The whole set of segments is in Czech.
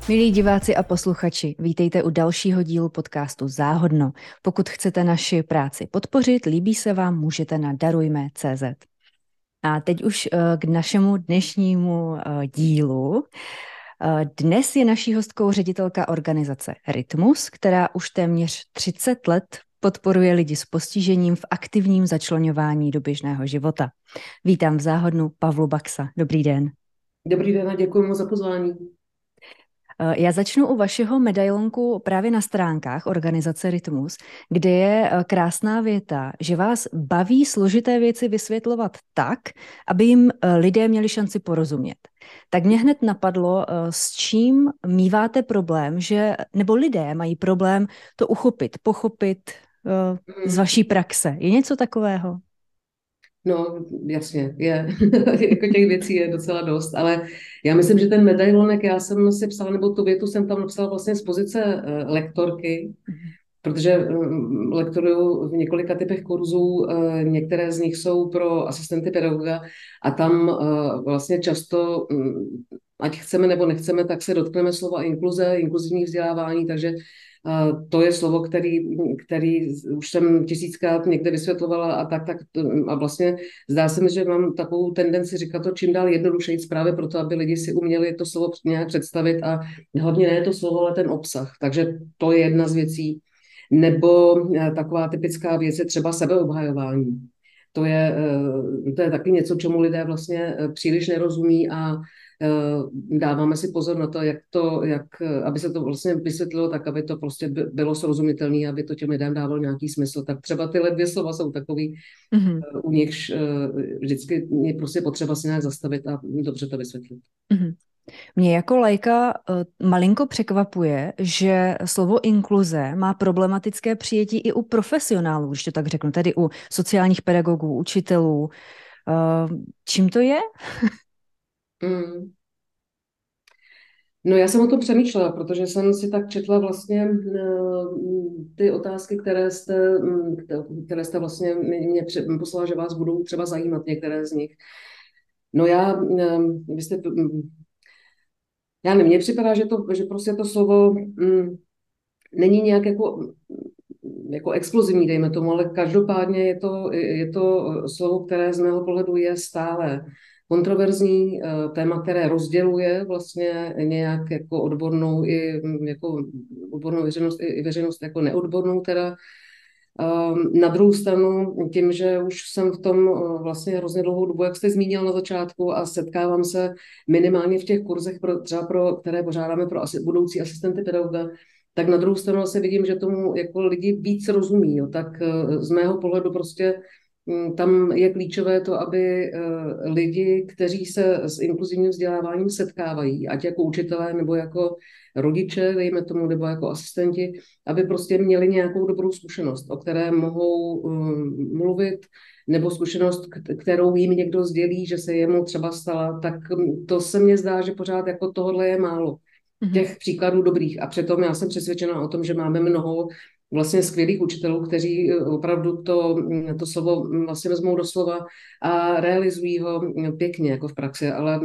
Milí diváci a posluchači, vítejte u dalšího dílu podcastu Záhodno. Pokud chcete naši práci podpořit, líbí se vám, můžete na darujme.cz. A teď už k našemu dnešnímu dílu. Dnes je naší hostkou ředitelka organizace Rytmus, která už téměř 30 let podporuje lidi s postižením v aktivním začleňování do běžného života. Vítám v Záhodnu Pavlu Baxa. Dobrý den. Dobrý den a děkuji moc za pozvání. Já začnu u vašeho medailonku právě na stránkách organizace Rytmus, kde je krásná věta, že vás baví složité věci vysvětlovat tak, aby jim lidé měli šanci porozumět. Tak mě hned napadlo, s čím míváte problém, nebo lidé mají problém to uchopit, pochopit z vaší praxe. Je něco takového? No, jasně, je. Jako těch věcí je docela dost, ale já myslím, že ten medailonek, já jsem si psala, nebo tu větu jsem tam napsala vlastně z pozice lektorky, protože lektoruju v několika typech kurzů, některé z nich jsou pro asistenty pedagoga a tam vlastně často, ať chceme nebo nechceme, tak se dotkneme slova inkluze, inkluzivní vzdělávání, takže to je slovo, který už jsem tisíckrát někde vysvětlovala a vlastně zdá se mi, že mám takovou tendenci říkat to čím dál jednodušeji právě proto, aby lidi si uměli to slovo nějak představit a hlavně ne to slovo, ale ten obsah. Takže to je jedna z věcí. Nebo taková typická věc je třeba sebeobhajování. To je taky něco, čemu lidé vlastně příliš nerozumí a dáváme si pozor na to, aby se to vlastně vysvětlilo tak, aby to prostě bylo srozumitelné, aby to těm lidem dávalo nějaký smysl. Tak třeba tyhle dvě slova jsou takový, Mm-hmm. u nichž vždycky je prostě potřeba si nějak zastavit a dobře to vysvětlit. Mm-hmm. Mě jako laika malinko překvapuje, že slovo inkluze má problematické přijetí i u profesionálů, když to tak řeknu, tedy u sociálních pedagogů, učitelů. Čím to je? Mm. No já jsem o tom přemýšlela, protože jsem si tak četla vlastně ty otázky, které jste vlastně mě poslala, že vás budou třeba zajímat některé z nich. No mně připadá, že prostě to slovo není nějak jako explozivní, dejme tomu, ale každopádně je to slovo, které z mého pohledu je stále kontroverzní, téma, které rozděluje vlastně nějak jako odbornou veřejnost i veřejnost jako neodbornou teda. Na druhou stranu, tím, že už jsem v tom vlastně hrozně dlouhou dobu, jak jste zmínil na začátku, a setkávám se minimálně v těch kurzech, které pořádáme pro budoucí asistenty pedagoga, tak na druhou stranu se vidím, že tomu jako lidi víc rozumí. Jo. Tak z mého pohledu prostě tam je klíčové to, aby lidi, kteří se s inkluzivním vzděláváním setkávají, ať jako učitelé nebo jako rodiče, dejme tomu, nebo jako asistenti, aby prostě měli nějakou dobrou zkušenost, o které mohou mluvit, nebo zkušenost, kterou jim někdo sdělí, že se jemu třeba stala, tak to se mně zdá, že pořád jako tohle je málo. Těch příkladů dobrých. A přitom já jsem přesvědčena o tom, že máme mnoho vlastně skvělých učitelů, kteří opravdu to slovo vlastně vezmou do slova a realizují ho pěkně jako v praxi, ale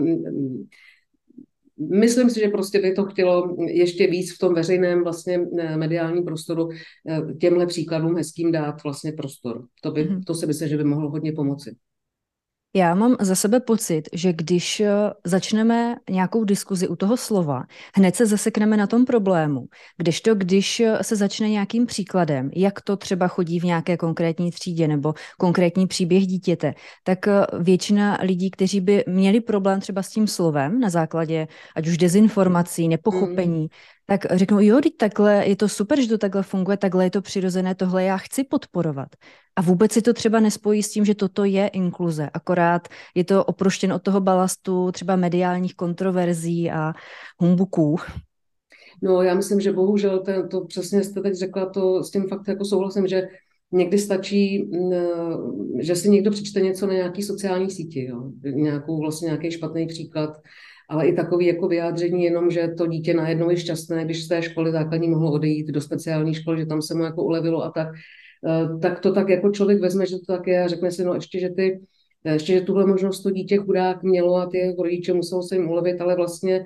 myslím si, že prostě by to chtělo ještě víc v tom veřejném vlastně mediálním prostoru těmhle příkladům hezkým dát vlastně prostor. To si myslím, že by mohlo hodně pomoci. Já mám za sebe pocit, že když začneme nějakou diskuzi u toho slova, hned se zasekneme na tom problému. Když se začne nějakým příkladem, jak to třeba chodí v nějaké konkrétní třídě nebo konkrétní příběh dítěte, tak většina lidí, kteří by měli problém třeba s tím slovem na základě ať už dezinformací, nepochopení, tak řeknou, jo, teď takhle, je to super, že to takhle funguje, takhle je to přirozené, tohle já chci podporovat. A vůbec si to třeba nespojí s tím, že toto je inkluze, akorát je to oproštěn od toho balastu třeba mediálních kontroverzí a humbuků. No, já myslím, že bohužel to přesně jste teď řekla, to s tím fakt jako souhlasím, že někdy stačí, že si někdo přečte něco na nějaký sociální síti, jo? Nějaký špatný příklad, ale i takový jako vyjádření jenom, že to dítě najednou je šťastné, když z té školy základní mohlo odejít do speciální školy, že tam se mu jako ulevilo a tak to tak jako člověk vezme, že to tak je a řekne si, no ještě, že ty ještě, že tuhle možnost to dítě chudák mělo a ty jeho rodiče muselo se jim ulevit, ale vlastně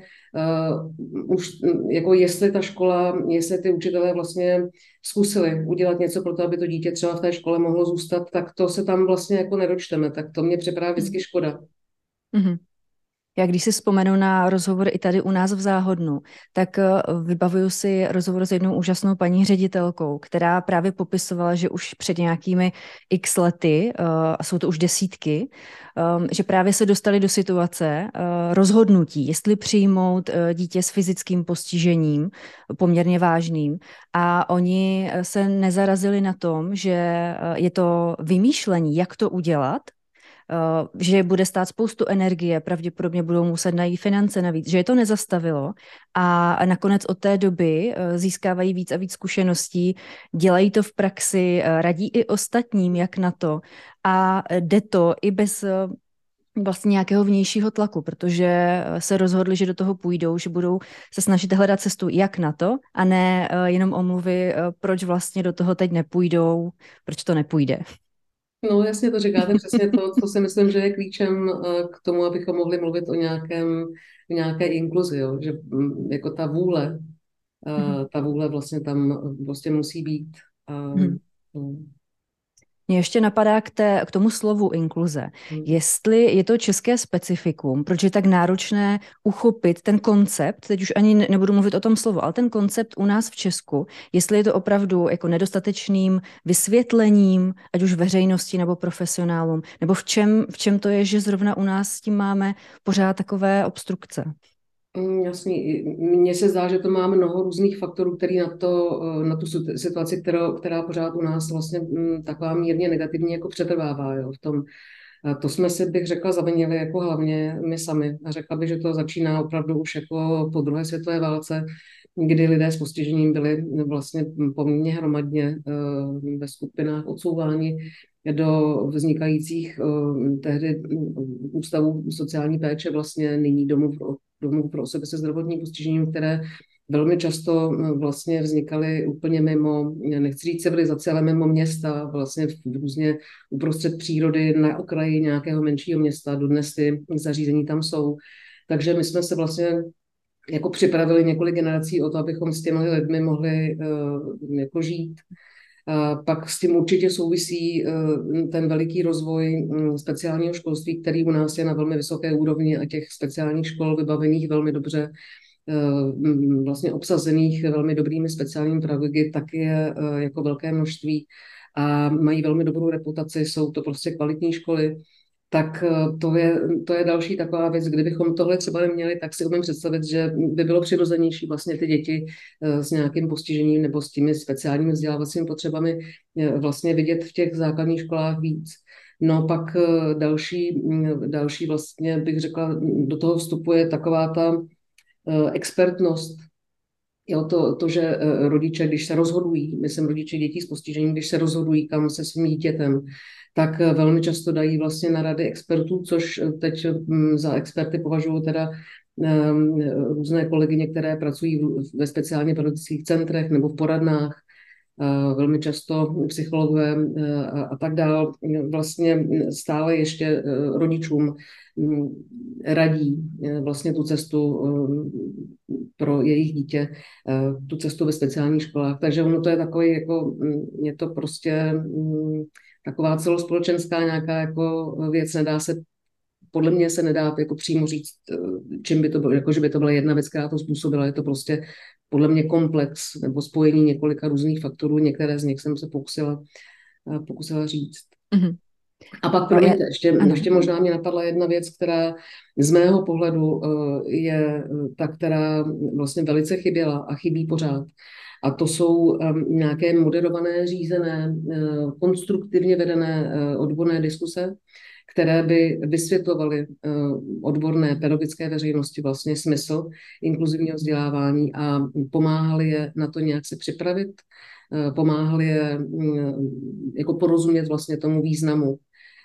už jako jestli ta škola, jestli ty učitelé vlastně zkusili udělat něco pro to, aby to dítě třeba v té škole mohlo zůstat, tak to se tam vlastně jako nedočteme, tak to mě připadá vždycky škoda. Mhm. Já když si vzpomenu na rozhovor i tady u nás v Záhodnu, tak vybavuju si rozhovor s jednou úžasnou paní ředitelkou, která právě popisovala, že už před nějakými x lety, a jsou to už desítky, že právě se dostali do situace rozhodnutí, jestli přijmout dítě s fyzickým postižením, poměrně vážným. A oni se nezarazili na tom, že je to vymýšlení, jak to udělat, že bude stát spoustu energie, pravděpodobně budou muset najít finance navíc, že je to nezastavilo a nakonec od té doby získávají víc a víc zkušeností, dělají to v praxi, radí i ostatním, jak na to a jde to i bez vlastně nějakého vnějšího tlaku, protože se rozhodli, že do toho půjdou, že budou se snažit hledat cestu jak na to a ne jenom omluvy, proč vlastně do toho teď nepůjdou, proč to nepůjde. No jasně to říkáte přesně to, co si myslím, že je klíčem k tomu, abychom mohli mluvit o nějaké inkluzi, jo? Že jako ta vůle vlastně tam prostě musí být. Mhm. No. Mě ještě napadá k tomu slovu inkluze. Jestli je to české specifikum, proč je tak náročné uchopit ten koncept, teď už ani nebudu mluvit o tom slovu, ale ten koncept u nás v Česku, jestli je to opravdu jako nedostatečným vysvětlením, ať už veřejnosti nebo profesionálům, nebo v čem to je, že zrovna u nás s tím máme pořád takové obstrukce. Jasně, mně se zdá, že to má mnoho různých faktorů, který na tu situaci, která pořád u nás vlastně taková mírně negativní jako přetrvává. Jo, v tom, to jsme si, bych řekla, zavinili jako hlavně my sami. A řekla bych, že to začíná opravdu už jako po druhé světové válce, kdy lidé s postižením byli vlastně poměrně hromadně ve skupinách odsouváni do vznikajících tehdy ústavů sociální péče, vlastně nyní domů pro osoby se zdravotním postižením, které velmi často vlastně vznikaly úplně mimo, nechci říct civilizace, ale mimo města, vlastně různě uprostřed přírody, na okraji nějakého menšího města. Dodnes ty zařízení tam jsou. Takže my jsme se vlastně jako připravili několik generací o to, abychom s těmi lidmi mohli jako žít. A pak s tím určitě souvisí ten veliký rozvoj speciálního školství, který u nás je na velmi vysoké úrovni a těch speciálních škol vybavených velmi dobře, vlastně obsazených velmi dobrými speciálními pedagogy, taky je jako velké množství a mají velmi dobrou reputaci, jsou to prostě kvalitní školy. Tak to je další taková věc. Kdybychom tohle třeba neměli, tak si umím představit, že by bylo přirozenější vlastně ty děti s nějakým postižením nebo s těmi speciálními vzdělávacími potřebami vlastně vidět v těch základních školách víc. No pak další vlastně bych řekla, do toho vstupuje taková ta expertnost. Jo, že rodiče, když se rozhodují, myslím rodiče dětí s postižením, když se rozhodují kam se svým dítětem, tak velmi často dají vlastně na rady expertů, což teď za experty považuji teda různé kolegyně, které pracují ve speciálně pedagogických centrech nebo v poradnách, velmi často psychologové a tak dál, vlastně stále ještě rodičům radí vlastně tu cestu pro jejich dítě, tu cestu ve speciálních školách. Takže ono to je takový, jako, je to prostě taková celospolečenská nějaká jako věc, podle mě se nedá jako přímo říct, čím by to bylo, jako že by to byla jedna věc, která to způsobila. Je to prostě podle mě komplex nebo spojení několika různých faktorů. Některé z nich jsem se pokusila říct. Mm-hmm. A pak, promiňte, ještě možná mě napadla jedna věc, která z mého pohledu je ta, která vlastně velice chyběla a chybí pořád. A to jsou nějaké moderované, řízené, konstruktivně vedené odborné diskuse, které by vysvětlovaly odborné pedagogické veřejnosti vlastně smysl inkluzivního vzdělávání a pomáhaly je na to nějak se připravit, pomáhaly je jako porozumět vlastně tomu významu.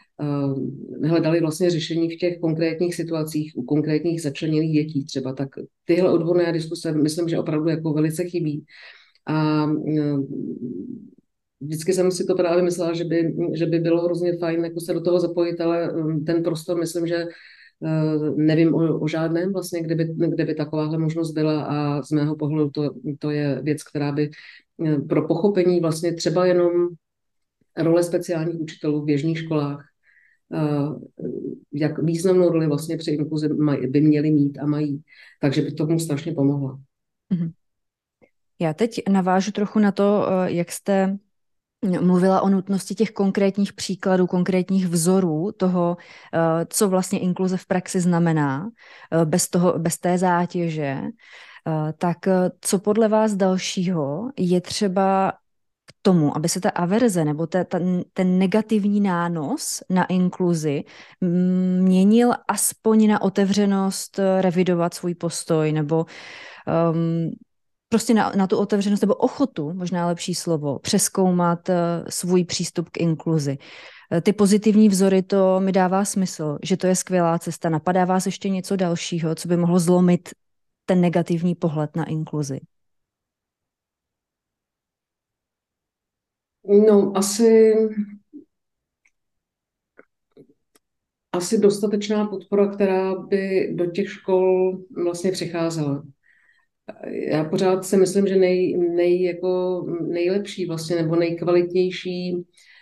Hledali vlastně řešení v těch konkrétních situacích, u konkrétních začleněných dětí třeba, tak tyhle odborné diskuse myslím, že opravdu jako velice chybí. A vždycky jsem si to právě myslela, že by bylo hrozně fajn jako se do toho zapojit, ale ten prostor, myslím, že nevím o žádném vlastně, kde by takováhle možnost byla a z mého pohledu to je věc, která by pro pochopení vlastně třeba jenom role speciálních učitelů v běžných školách, jak významnou roli vlastně při inkluzi by měli mít a mají, takže by tomu strašně pomohla. Mhm. Já teď navážu trochu na to, jak jste mluvila o nutnosti těch konkrétních příkladů, konkrétních vzorů toho, co vlastně inkluze v praxi znamená, bez té zátěže. Tak co podle vás dalšího je třeba k tomu, aby se ta averze nebo ten negativní nános na inkluzi měnil aspoň na otevřenost revidovat svůj postoj nebo prostě na tu otevřenost nebo ochotu, možná lepší slovo, přezkoumat svůj přístup k inkluzi. Ty pozitivní vzory, to mi dává smysl, že to je skvělá cesta. Napadá vás ještě něco dalšího, co by mohlo zlomit ten negativní pohled na inkluzi? No, asi dostatečná podpora, která by do těch škol vlastně přicházela. Já pořád si myslím, že jako nejlepší vlastně, nebo nejkvalitnější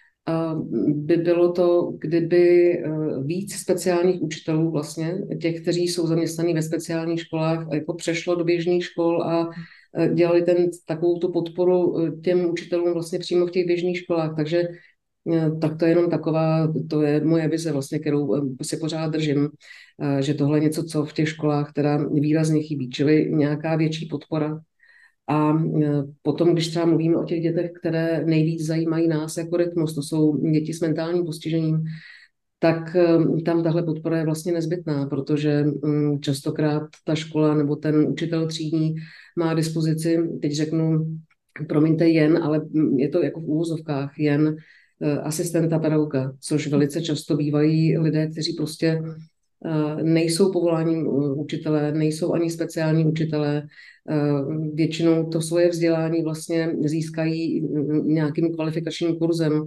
by bylo to, kdyby víc speciálních učitelů vlastně, těch, kteří jsou zaměstnaní ve speciálních školách, jako přešlo do běžných škol a dělali takovou tu podporu těm učitelům vlastně přímo v těch běžných školách. Takže tak to je jenom to je moje vize vlastně, kterou si pořád držím, že tohle je něco, co v těch školách teda výrazně chybí, čili nějaká větší podpora. A potom, když třeba mluvíme o těch dětech, které nejvíc zajímají nás jako Rytmus, to jsou děti s mentálním postižením, tak tam tahle podpora je vlastně nezbytná, protože častokrát ta škola nebo ten učitel třídní má dispozici, teď řeknu, promiňte ale je to jako v úvozovkách jen asistenta pedagoga, což velice často bývají lidé, kteří prostě nejsou povoláním učitelé, nejsou ani speciální učitelé. Většinou to svoje vzdělání vlastně získají nějakým kvalifikačním kurzem.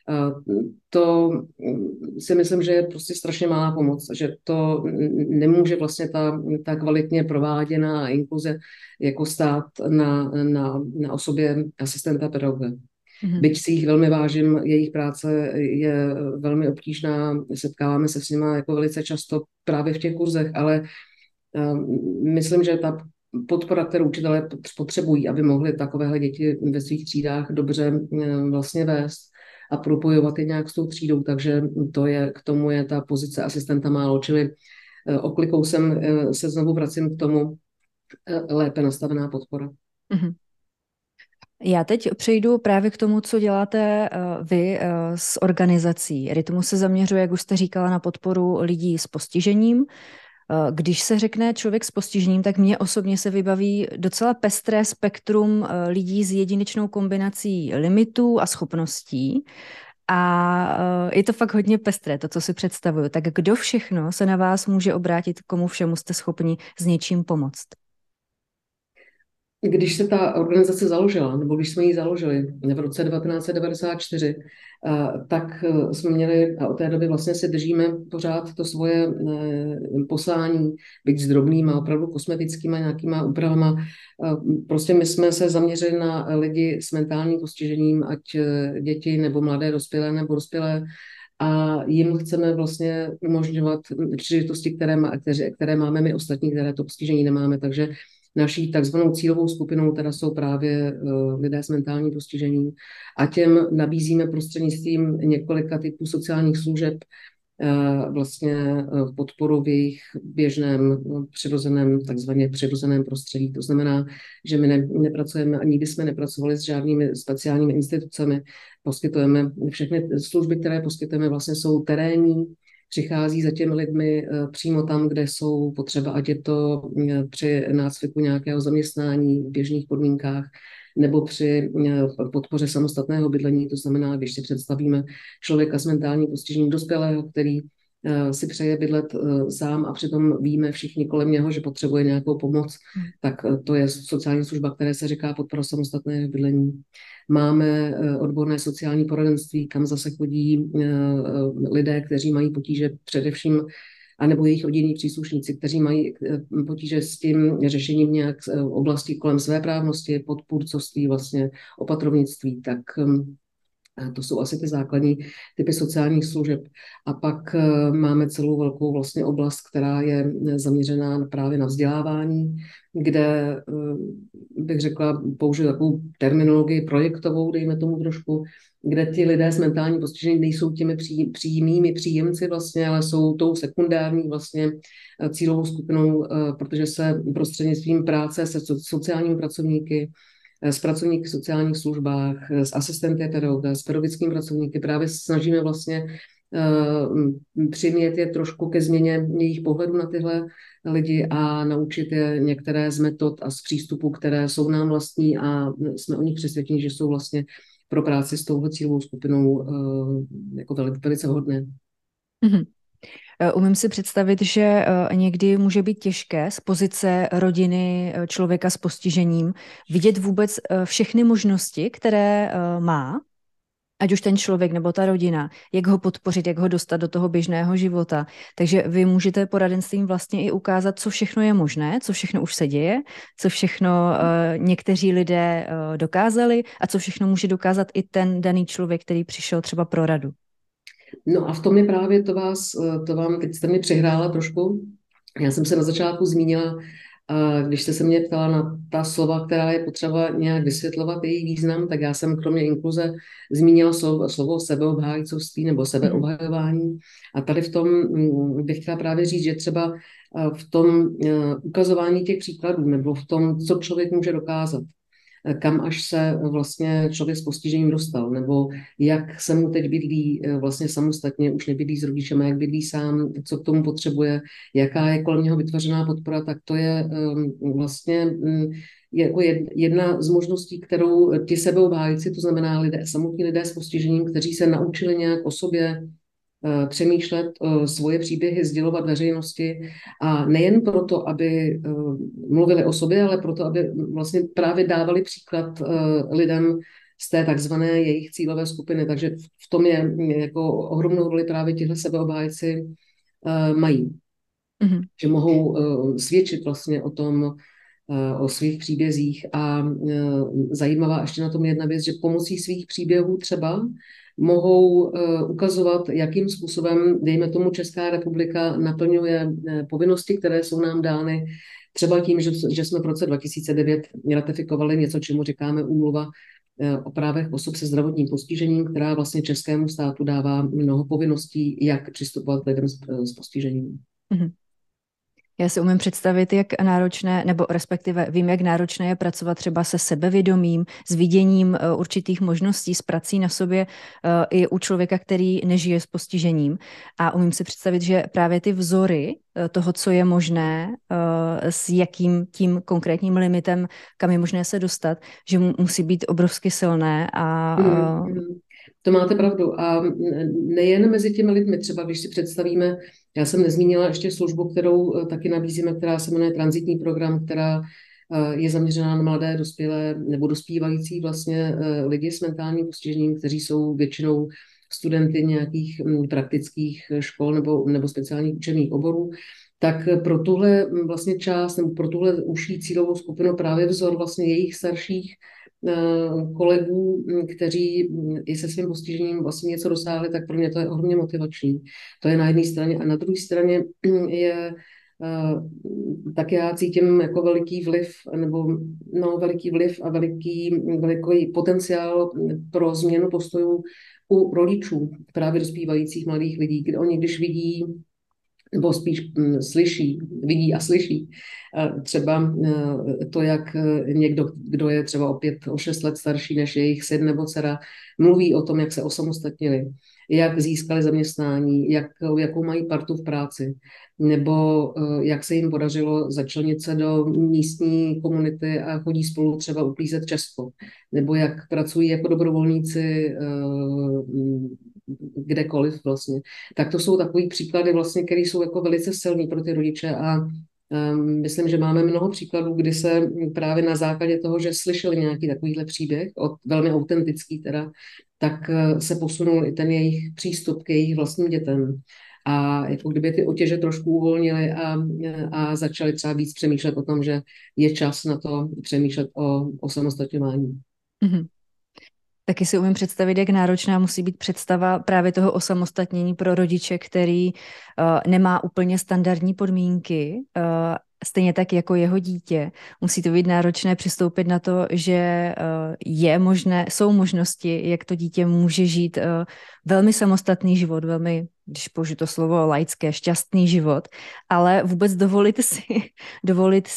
To si myslím, že je prostě strašně malá pomoc, že to nemůže vlastně ta kvalitně prováděná inkluze jako stát na osobě asistenta pedagoga. Byť si jich velmi vážím, jejich práce je velmi obtížná, setkáváme se s nimi jako velice často právě v těch kurzech, ale myslím, že ta podpora, kterou učitelé potřebují, aby mohli takovéhle děti ve svých třídách dobře vlastně vést a propojovat je nějak s tou třídou, takže k tomu je ta pozice asistenta málo, čili oklikou se znovu vracím k tomu lépe nastavená podpora. Mm-hmm. Já teď přejdu právě k tomu, co děláte vy s organizací. Rytmus se zaměřuje, jak už jste říkala, na podporu lidí s postižením. Když se řekne člověk s postižením, tak mně osobně se vybaví docela pestré spektrum lidí s jedinečnou kombinací limitů a schopností. A je to fakt hodně pestré, to, co si představuju. Tak kdo všechno se na vás může obrátit, komu všemu jste schopni s něčím pomoct? Když se ta organizace založila, nebo když jsme ji založili v roce 1994, tak jsme měli, a od té doby vlastně si držíme pořád to svoje poslání, byť s drobnýma, opravdu kosmetickýma nějakýma úpravama. Prostě my jsme se zaměřili na lidi s mentálním postižením, ať děti nebo mladé dospělé nebo dospělé, a jim chceme vlastně umožňovat příležitosti, které máme my ostatní, které to postižení nemáme. Takže naší takzvanou cílovou skupinou teda jsou právě lidé s mentálním postižením a těm nabízíme prostřednictvím několika typů sociálních služeb vlastně podporu v jejich běžném, takzvaně přirozeném prostředí. To znamená, že my nepracujeme a nikdy jsme nepracovali s žádnými speciálními institucemi. Poskytujeme všechny služby, které poskytujeme, vlastně jsou terénní, přichází za těmi lidmi přímo tam, kde jsou potřeba, ať je to při nácviku nějakého zaměstnání v běžných podmínkách, nebo při podpoře samostatného bydlení. To znamená, když si představíme člověka s mentálním postižením dospělého, který si přeje bydlet sám a přitom víme všichni kolem něho, že potřebuje nějakou pomoc, tak to je sociální služba, které se říká podpora samostatného bydlení. Máme odborné sociální poradenství, kam zase chodí lidé, kteří mají potíže především, anebo jejich rodinní příslušníci, kteří mají potíže s tím řešením nějak oblasti kolem svéprávnosti, podpůrcovství, vlastně opatrovnictví, tak to jsou asi ty základní typy sociálních služeb. A pak máme celou vlastně oblast, která je zaměřená právě na vzdělávání, kde bych řekla, použiju takovou terminologii projektovou, dejme tomu trošku, kde ti lidé s mentálním postižením nejsou těmi přímými příjemci vlastně, ale jsou tou sekundární vlastně cílovou skupinou, protože se prostřednictvím práce se sociálními pracovníky, s pracovníky v sociálních službách, s asistenty pedagoga, s pedagogickými pracovníky. Právě snažíme vlastně přimět je trošku ke změně jejich pohledu na tyhle lidi a naučit je některé z metod a z přístupů, které jsou nám vlastní a jsme o nich přesvědčeni, že jsou vlastně pro práci s touhle cílovou skupinou jako velice vhodné. Mm-hmm. Umím si představit, že někdy může být těžké z pozice rodiny člověka s postižením vidět vůbec všechny možnosti, které má, ať už ten člověk nebo ta rodina, jak ho podpořit, jak ho dostat do toho běžného života. Takže vy můžete poradenstvím vlastně i ukázat, co všechno je možné, co všechno už se děje, co všechno někteří lidé dokázali a co všechno může dokázat i ten daný člověk, který přišel třeba pro radu. No a v tom je právě teď jste mi přihrála trošku. Já jsem se na začátku zmínila, když jste se mě ptala na ta slova, která je potřeba nějak vysvětlovat její význam, tak já jsem kromě inkluze zmínila slovo sebeobhájcovství nebo sebeobhajování. A tady v tom bych chtěla právě říct, že třeba v tom ukazování těch příkladů nebo v tom, co člověk může dokázat, kam až se vlastně člověk s postižením dostal, nebo jak se mu teď bydlí vlastně samostatně, už nebydlí s rodičem, jak bydlí sám, co k tomu potřebuje, jaká je kolem něho vytvořená podpora, tak to je vlastně jako jedna z možností, kterou ti sebeobhájci, to znamená samotní lidé s postižením, kteří se naučili nějak o sobě přemýšlet, svoje příběhy sdělovat veřejnosti a nejen proto, aby mluvili o sobě, ale proto, aby vlastně právě dávali příklad lidem z té takzvané jejich cílové skupiny. Takže v tom je jako ohromnou roli právě tihle sebeobhájci mají. Mm-hmm. Že mohou svědčit vlastně o tom, o svých příbězích a zajímavá ještě na tom jedna věc, že pomocí svých příběhů třeba mohou ukazovat, jakým způsobem, dejme tomu, Česká republika naplňuje povinnosti, které jsou nám dány, třeba tím, že jsme v roce 2009 ratifikovali něco, čemu říkáme úmluva o právech osob se zdravotním postižením, která vlastně českému státu dává mnoho povinností, jak přistupovat k lidem s postižením. Mm-hmm. Já si umím představit, jak náročné, nebo respektive vím, jak náročné je pracovat třeba se sebevědomím, s viděním určitých možností, s prací na sobě i u člověka, který nežije s postižením. A umím si představit, že právě ty vzory toho, co je možné, s jakým tím konkrétním limitem, kam je možné se dostat, že musí být obrovsky silné a... To máte pravdu. A nejen mezi těmi lidmi, třeba když si představíme, já jsem nezmínila ještě službu, kterou taky nabízíme, která se jmenuje Tranzitní program, která je zaměřená na mladé, dospělé nebo dospívající vlastně lidi s mentálním postižením, kteří jsou většinou studenty nějakých praktických škol nebo speciálních učebních oborů. Tak pro tuhle vlastně část nebo pro tuhle užší cílovou skupinu právě vzor vlastně jejich starších kolegů, kteří i se svým postižením vlastně něco dosáhli, tak pro mě to je ohromně motivační. To je na jedné straně. A na druhé straně je tak já cítím jako veliký vliv, veliký vliv a veliký potenciál pro změnu postojů u rodičů právě dospívajících mladých lidí, kde oni, když vidí nebo spíš vidí a slyší třeba to, jak někdo, kdo je třeba o 6 let starší než jejich syn nebo dcera, mluví o tom, jak se osamostatnili, jak získali zaměstnání, jakou mají partu v práci, nebo jak se jim podařilo začlenit se do místní komunity a chodí spolu třeba uklízet Česko, nebo jak pracují jako dobrovolníci kdekoliv vlastně. Tak to jsou takový příklady vlastně, které jsou jako velice silný pro ty rodiče a Myslím, že máme mnoho příkladů, kdy se právě na základě toho, že slyšeli nějaký takovýhle příběh, velmi autentický teda, tak se posunul i ten jejich přístup k jejich vlastním dětem. A jako kdyby ty otěže trošku uvolnili a začali třeba víc přemýšlet o tom, že je čas na to přemýšlet o samostatňování. Mm-hmm. Taky si umím představit, jak náročná musí být představa právě toho osamostatnění pro rodiče, který nemá úplně standardní podmínky, stejně tak jako jeho dítě. Musí to být náročné přistoupit na to, že jsou možnosti, jak to dítě může žít velmi samostatný život, velmi, když použiju to slovo laické, šťastný život, ale vůbec dovolit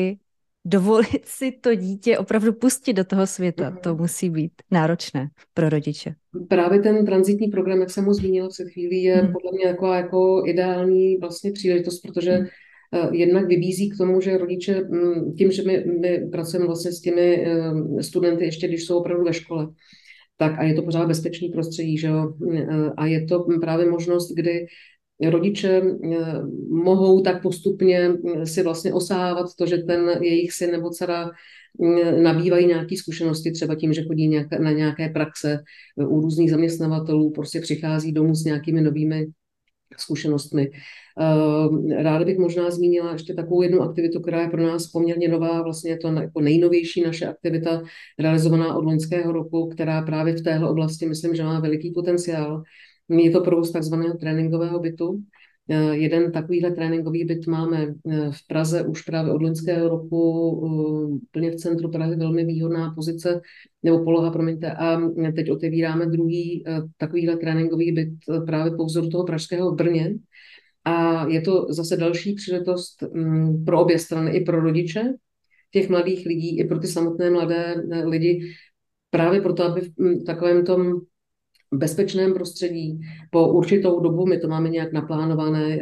si to dítě opravdu pustit do toho světa. To musí být náročné pro rodiče. Právě ten tranzitní program, jak jsem ho zmínila před chvílí, je podle mě jako ideální vlastně příležitost, protože jednak vybízí k tomu, že rodiče, tím, že my pracujeme vlastně s těmi studenty, ještě když jsou opravdu ve škole, tak a je to pořád bezpečný prostředí, že jo? A je to právě možnost, kdy rodiče mohou tak postupně si vlastně osávat to, že ten jejich syn nebo dcera nabývají nějaké zkušenosti, třeba tím, že chodí na nějaké praxe u různých zaměstnavatelů, prostě přichází domů s nějakými novými zkušenostmi. Ráda bych možná zmínila ještě takovou jednu aktivitu, která je pro nás poměrně nová, vlastně je to jako nejnovější naše aktivita realizovaná od loňského roku, která právě v téhle oblasti myslím, že má veliký potenciál. Je to provoz takzvaného tréninkového bytu. Jeden takovýhle tréninkový byt máme v Praze už právě od loňského roku, úplně v centru Prahy, velmi výhodná pozice, nebo poloha, promiňte, a teď otevíráme druhý takovýhle tréninkový byt právě po vzoru toho pražského v Brně. A je to zase další příležitost pro obě strany, i pro rodiče těch mladých lidí, i pro ty samotné mladé lidi, právě proto, aby v takovém tom bezpečném prostředí po určitou dobu, my to máme nějak naplánované,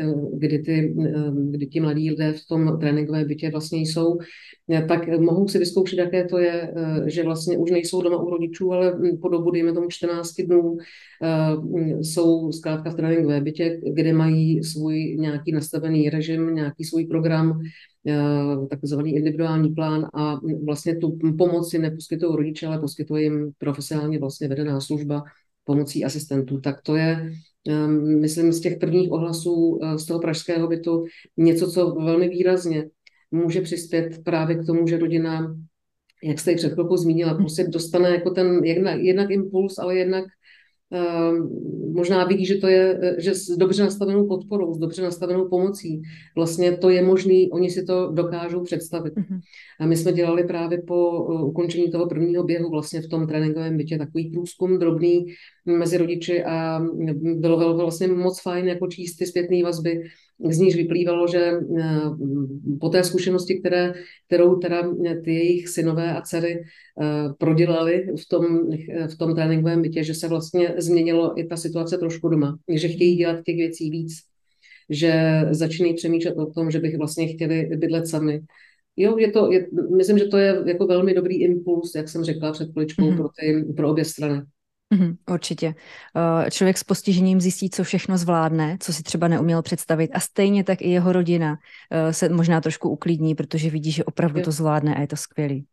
kdy ti mladí lidé v tom tréninkovém bytě vlastně jsou, tak mohou si vyzkoušet, jaké to je, že vlastně už nejsou doma u rodičů, ale po dobu, dejme tomu 14 dnů, jsou zkrátka v tréninkovém bytě, kde mají svůj nějaký nastavený režim, nějaký svůj program, takzvaný individuální plán a vlastně tu pomoc jim neposkytují rodiče, ale poskytuje jim profesionálně vlastně vedená služba pomocí asistentů. Tak to je, myslím, z těch prvních ohlasů z toho pražského bytu něco, co velmi výrazně může přispět právě k tomu, že rodina, jak jste ji před chvilkou zmínila, prostě dostane jako ten jednak impuls, ale jednak možná vidí, že to je, že s dobře nastavenou podporou, s dobře nastavenou pomocí, vlastně to je možný, oni si to dokážou představit. A my jsme dělali právě po ukončení toho prvního běhu vlastně v tom tréninkovém bytě takový průzkum drobný mezi rodiči a bylo vlastně moc fajn jako číst ty zpětné vazby, z níž vyplývalo, že po té zkušenosti, kterou teda ty jejich synové a dcery prodělali v tom tréninkovém bytě, že se vlastně změnilo i ta situace trošku doma, že chtějí dělat těch věcí víc, že začínají přemýšlet o tom, že bych vlastně chtěli bydlet sami. Jo, myslím, že to je jako velmi dobrý impuls, jak jsem řekla před chviličkou, pro obě strany. Určitě. Člověk s postižením zjistí, co všechno zvládne, co si třeba neuměl představit a stejně tak i jeho rodina se možná trošku uklidní, protože vidí, že opravdu to zvládne a je to skvělý.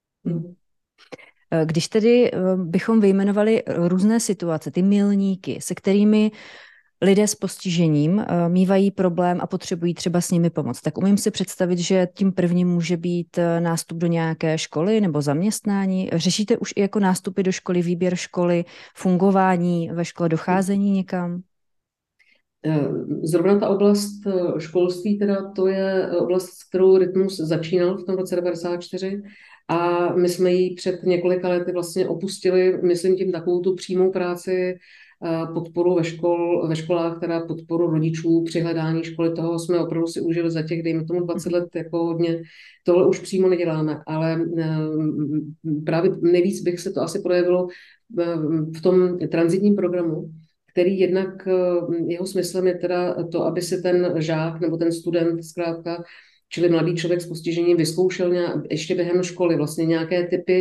Když tedy bychom vyjmenovali různé situace, ty milníky, se kterými lidé s postižením mívají problém a potřebují třeba s nimi pomoct, tak umím si představit, že tím prvním může být nástup do nějaké školy nebo zaměstnání. Řešíte už i jako nástupy do školy, výběr školy, fungování ve škole, docházení někam? Zrovna ta oblast školství, teda to je oblast, s kterou Rytmus začínal v tom roce 1994 a my jsme ji před několika lety vlastně opustili, myslím tím takovou tu přímou práci, podporu ve školách, teda podporu rodičů při hledání školy, toho jsme opravdu si užili za těch, dejme tomu 20 let jako hodně. Tohle už přímo neděláme, ale právě nejvíc bych se to asi projevilo v tom tranzitním programu, který jednak jeho smyslem je teda to, aby si ten žák nebo ten student zkrátka, čili mladý člověk s postižením vyzkoušel ještě během školy vlastně nějaké typy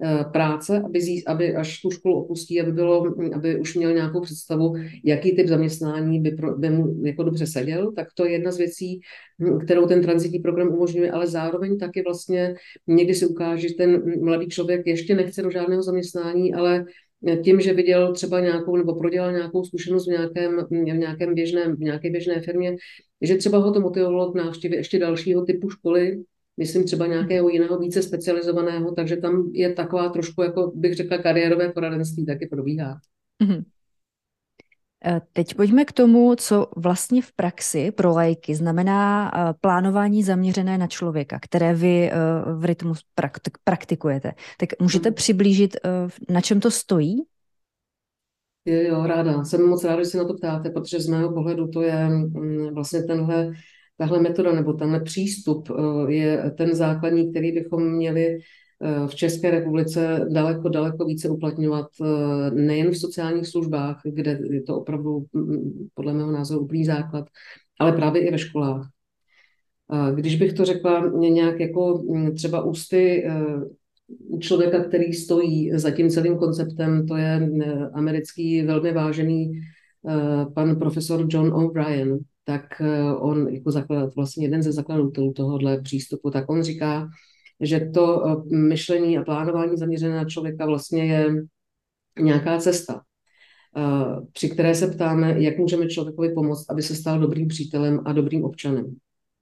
práce, aby až tu školu opustí, aby už měl nějakou představu, jaký typ zaměstnání by mu jako dobře seděl, tak to je jedna z věcí, kterou ten tranzitní program umožňuje, ale zároveň taky vlastně někdy se ukáže, že ten mladý člověk ještě nechce do žádného zaměstnání, ale tím, že viděl třeba nějakou nebo prodělal nějakou zkušenost v nějaké běžné firmě, že třeba ho to motivovalo k návštěvě ještě dalšího typu školy, myslím třeba nějakého jiného více specializovaného, takže tam je taková trošku, jako bych řekla, kariérové poradenství taky probíhá. Mhm. Teď pojďme k tomu, co vlastně v praxi pro laiky znamená plánování zaměřené na člověka, které vy v Rytmu praktikujete. Tak můžete přiblížit, na čem to stojí? Jo, ráda. Jsem moc ráda, že se na to ptáte, protože z mého pohledu to je vlastně tahle metoda nebo tenhle přístup je ten základní, který bychom měli v České republice daleko, daleko více uplatňovat nejen v sociálních službách, kde je to opravdu podle mého názoru úplný základ, ale právě i ve školách. Když bych to řekla nějak jako třeba ústy člověka, který stojí za tím celým konceptem, to je americký velmi vážený pan profesor John O'Brien, tak on jako vlastně jeden ze zakladatelů tohohle přístupu, tak on říká, že to myšlení a plánování zaměřené na člověka vlastně je nějaká cesta, při které se ptáme, jak můžeme člověkovi pomoct, aby se stal dobrým přítelem a dobrým občanem.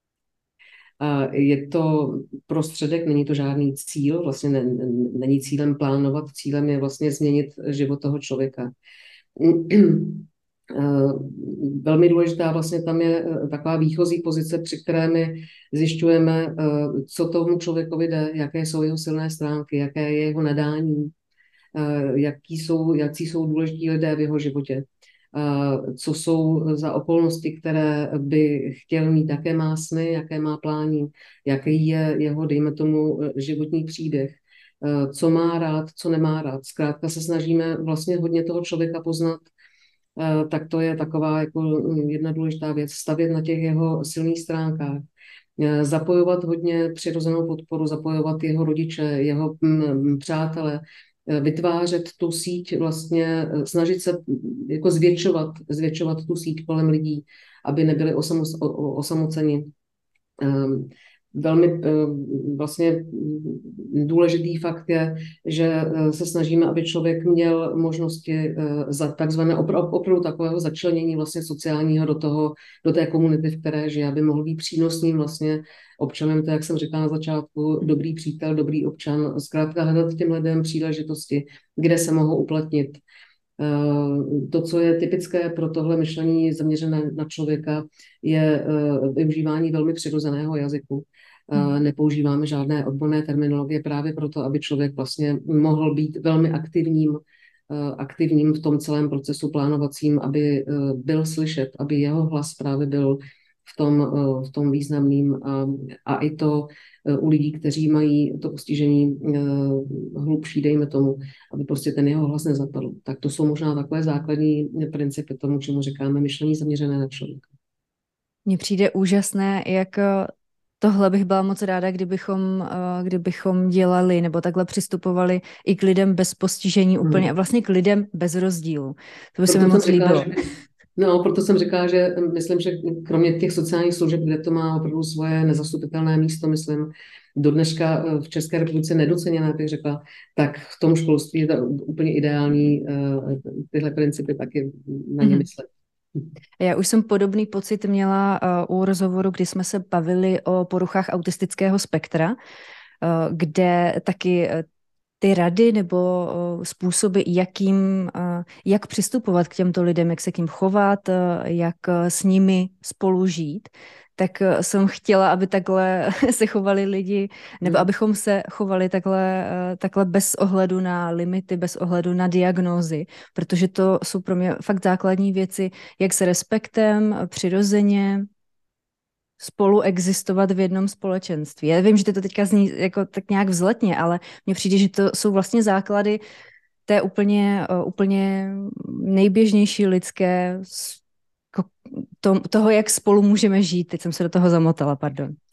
Je to prostředek, není to žádný cíl, vlastně není cílem plánovat, cílem je vlastně změnit život toho člověka. Velmi důležitá vlastně tam je taková výchozí pozice, při které my zjišťujeme, co tomu člověkovi jde, jaké jsou jeho silné stránky, jaké je jeho nadání, jaký jsou důležití lidé v jeho životě, co jsou za okolnosti, které by chtěl mít, jaké má sny, jaké má plány, jaký je jeho, dejme tomu, životní příběh, co má rád, co nemá rád. Zkrátka se snažíme vlastně hodně toho člověka poznat, tak to je taková jako jedna důležitá věc, stavět na těch jeho silných stránkách, zapojovat hodně přirozenou podporu, zapojovat jeho rodiče, jeho přátele, vytvářet tu síť, vlastně snažit se jako zvětšovat tu síť kolem lidí, aby nebyli osamoceni. Velmi vlastně důležitý fakt je, že se snažíme, aby člověk měl možnosti za takzvané opravdu takového začlenění vlastně sociálního do té komunity, v které žije, aby mohl být přínosným vlastně občanem, to, jak jsem říkala na začátku, dobrý přítel, dobrý občan, zkrátka hledat těm lidem příležitosti, kde se mohou uplatnit. To, co je typické pro tohle myšlení zaměřené na člověka, je využívání velmi přirozeného jazyku. Nepoužíváme žádné odborné terminologie právě proto, aby člověk vlastně mohl být velmi aktivním v tom celém procesu plánovacím, aby byl slyšet, aby jeho hlas právě byl v tom významným a i to u lidí, kteří mají to postižení hlubší, dejme tomu, aby prostě ten jeho hlas nezapadl. Tak to jsou možná takové základní principy tomu, čemu říkáme myšlení zaměřené na člověka. Mně přijde úžasné, jak tohle bych byla moc ráda, kdybychom dělali nebo takhle přistupovali i k lidem bez postižení úplně a vlastně k lidem bez rozdílu. To by se mi moc líbilo. Proto jsem říkala, že myslím, že kromě těch sociálních služeb, kde to má opravdu svoje nezastupitelné místo, myslím, do dneška v České republice nedoceněné, bych řekla, tak v tom školství je to úplně ideální tyhle principy taky na ně myslet. Já už jsem podobný pocit měla u rozhovoru, kdy jsme se bavili o poruchách autistického spektra, kde taky ty rady nebo způsoby, jak přistupovat k těmto lidem, jak se k nim chovat, jak s nimi spolu žít, tak jsem chtěla, aby takhle se chovali lidi, nebo abychom se chovali takhle bez ohledu na limity, bez ohledu na diagnózy, protože to jsou pro mě fakt základní věci, jak s respektem, přirozeně spolu existovat v jednom společenství. Já vím, že to teďka zní jako tak nějak vzletně, ale mně přijde, že to jsou vlastně základy té úplně nejběžnější lidské toho, jak spolu můžeme žít. Teď jsem se do toho zamotala, pardon.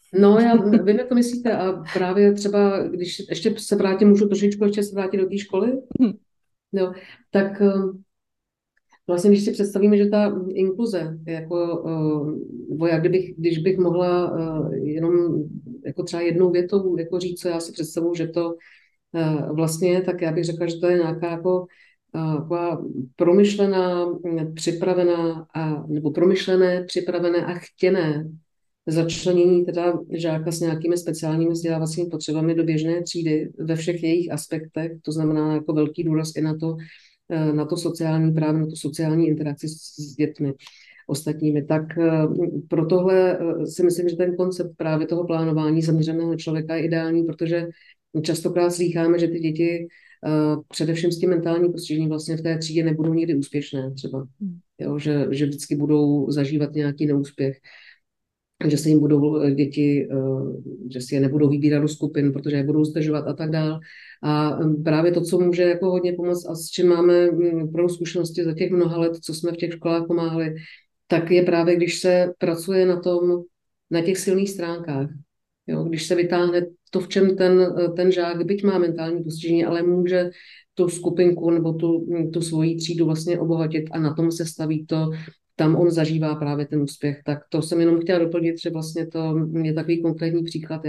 No, já vím, jak to myslíte a právě třeba, když ještě se vrátím, můžu trošičku ještě se vrátit do té školy, no, tak vlastně, když si představíme, že ta inkluze, jako, nebo já když bych mohla jenom jako třeba jednou větou jako říct, co já si představuji, že to vlastně je, tak já bych řekla, že to je nějaká jako taková promyšlená, připravená nebo promyšlené, připravené a chtěné začlenění teda žáka s nějakými speciálními vzdělávacími potřebami do běžné třídy ve všech jejich aspektech, to znamená jako velký důraz i na to sociální právě, na tu sociální interakci s dětmi ostatními. Tak pro tohle si myslím, že ten koncept právě toho plánování zaměřeného člověka je ideální, protože častokrát slýcháme, že ty děti především s tím mentálním postižením vlastně v té třídě nebudou nikdy úspěšné třeba. Jo, že vždycky budou zažívat nějaký neúspěch, že se jim budou děti, že si je nebudou vybírat do skupin, protože je budou zdržovat a tak dále. A právě to, co může jako hodně pomoct a s čím máme pro zkušenosti za těch mnoha let, co jsme v těch školách pomáhali, tak je právě, když se pracuje na těch silných stránkách. Jo, když se vytáhne to, v čem ten žák, byť má mentální postižení, ale může tu skupinku nebo tu svoji třídu vlastně obohatit a na tom se staví to, tam on zažívá právě ten úspěch. Tak to jsem jenom chtěla doplnit, že vlastně to je takový konkrétní příklad,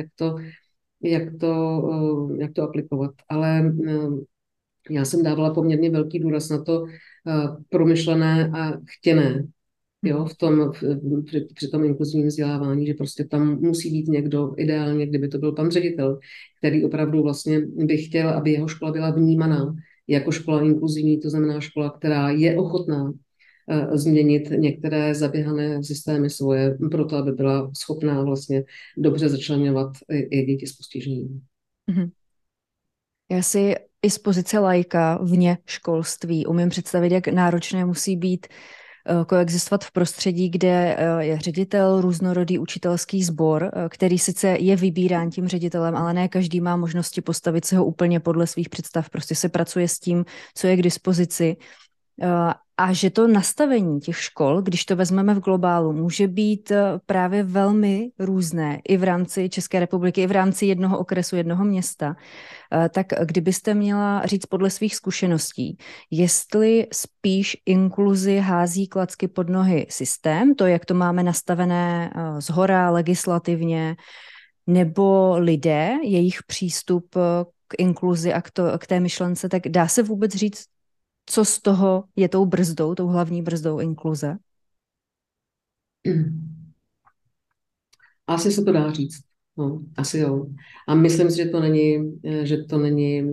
jak to aplikovat. Ale já jsem dávala poměrně velký důraz na to promyšlené a chtěné. Jo, při tom inkluzivním vzdělávání, že prostě tam musí být někdo, ideálně, kdyby to byl pan ředitel, který opravdu vlastně by chtěl, aby jeho škola byla vnímaná jako škola inkluzivní, to znamená škola, která je ochotná změnit některé zaběhané systémy svoje, proto aby byla schopná vlastně dobře začleňovat i děti s postižením. Já si i z pozice laika vně školství umím představit, jak náročné musí být koexistovat v prostředí, kde je ředitel, různorodý učitelský sbor, který sice je vybírán tím ředitelem, ale ne každý má možnosti postavit si ho úplně podle svých představ. Prostě se pracuje s tím, co je k dispozici. A že to nastavení těch škol, když to vezmeme v globálu, může být právě velmi různé i v rámci České republiky, i v rámci jednoho okresu, jednoho města. Tak kdybyste měla říct podle svých zkušeností, jestli spíš inkluzi hází klacky pod nohy systém, to, jak to máme nastavené zhora legislativně, nebo lidé, jejich přístup k inkluzi a k té myšlence, tak dá se vůbec říct, co z toho je tou brzdou, tou hlavní brzdou inkluze? Asi se to dá říct. No, asi jo. A myslím si, že to není.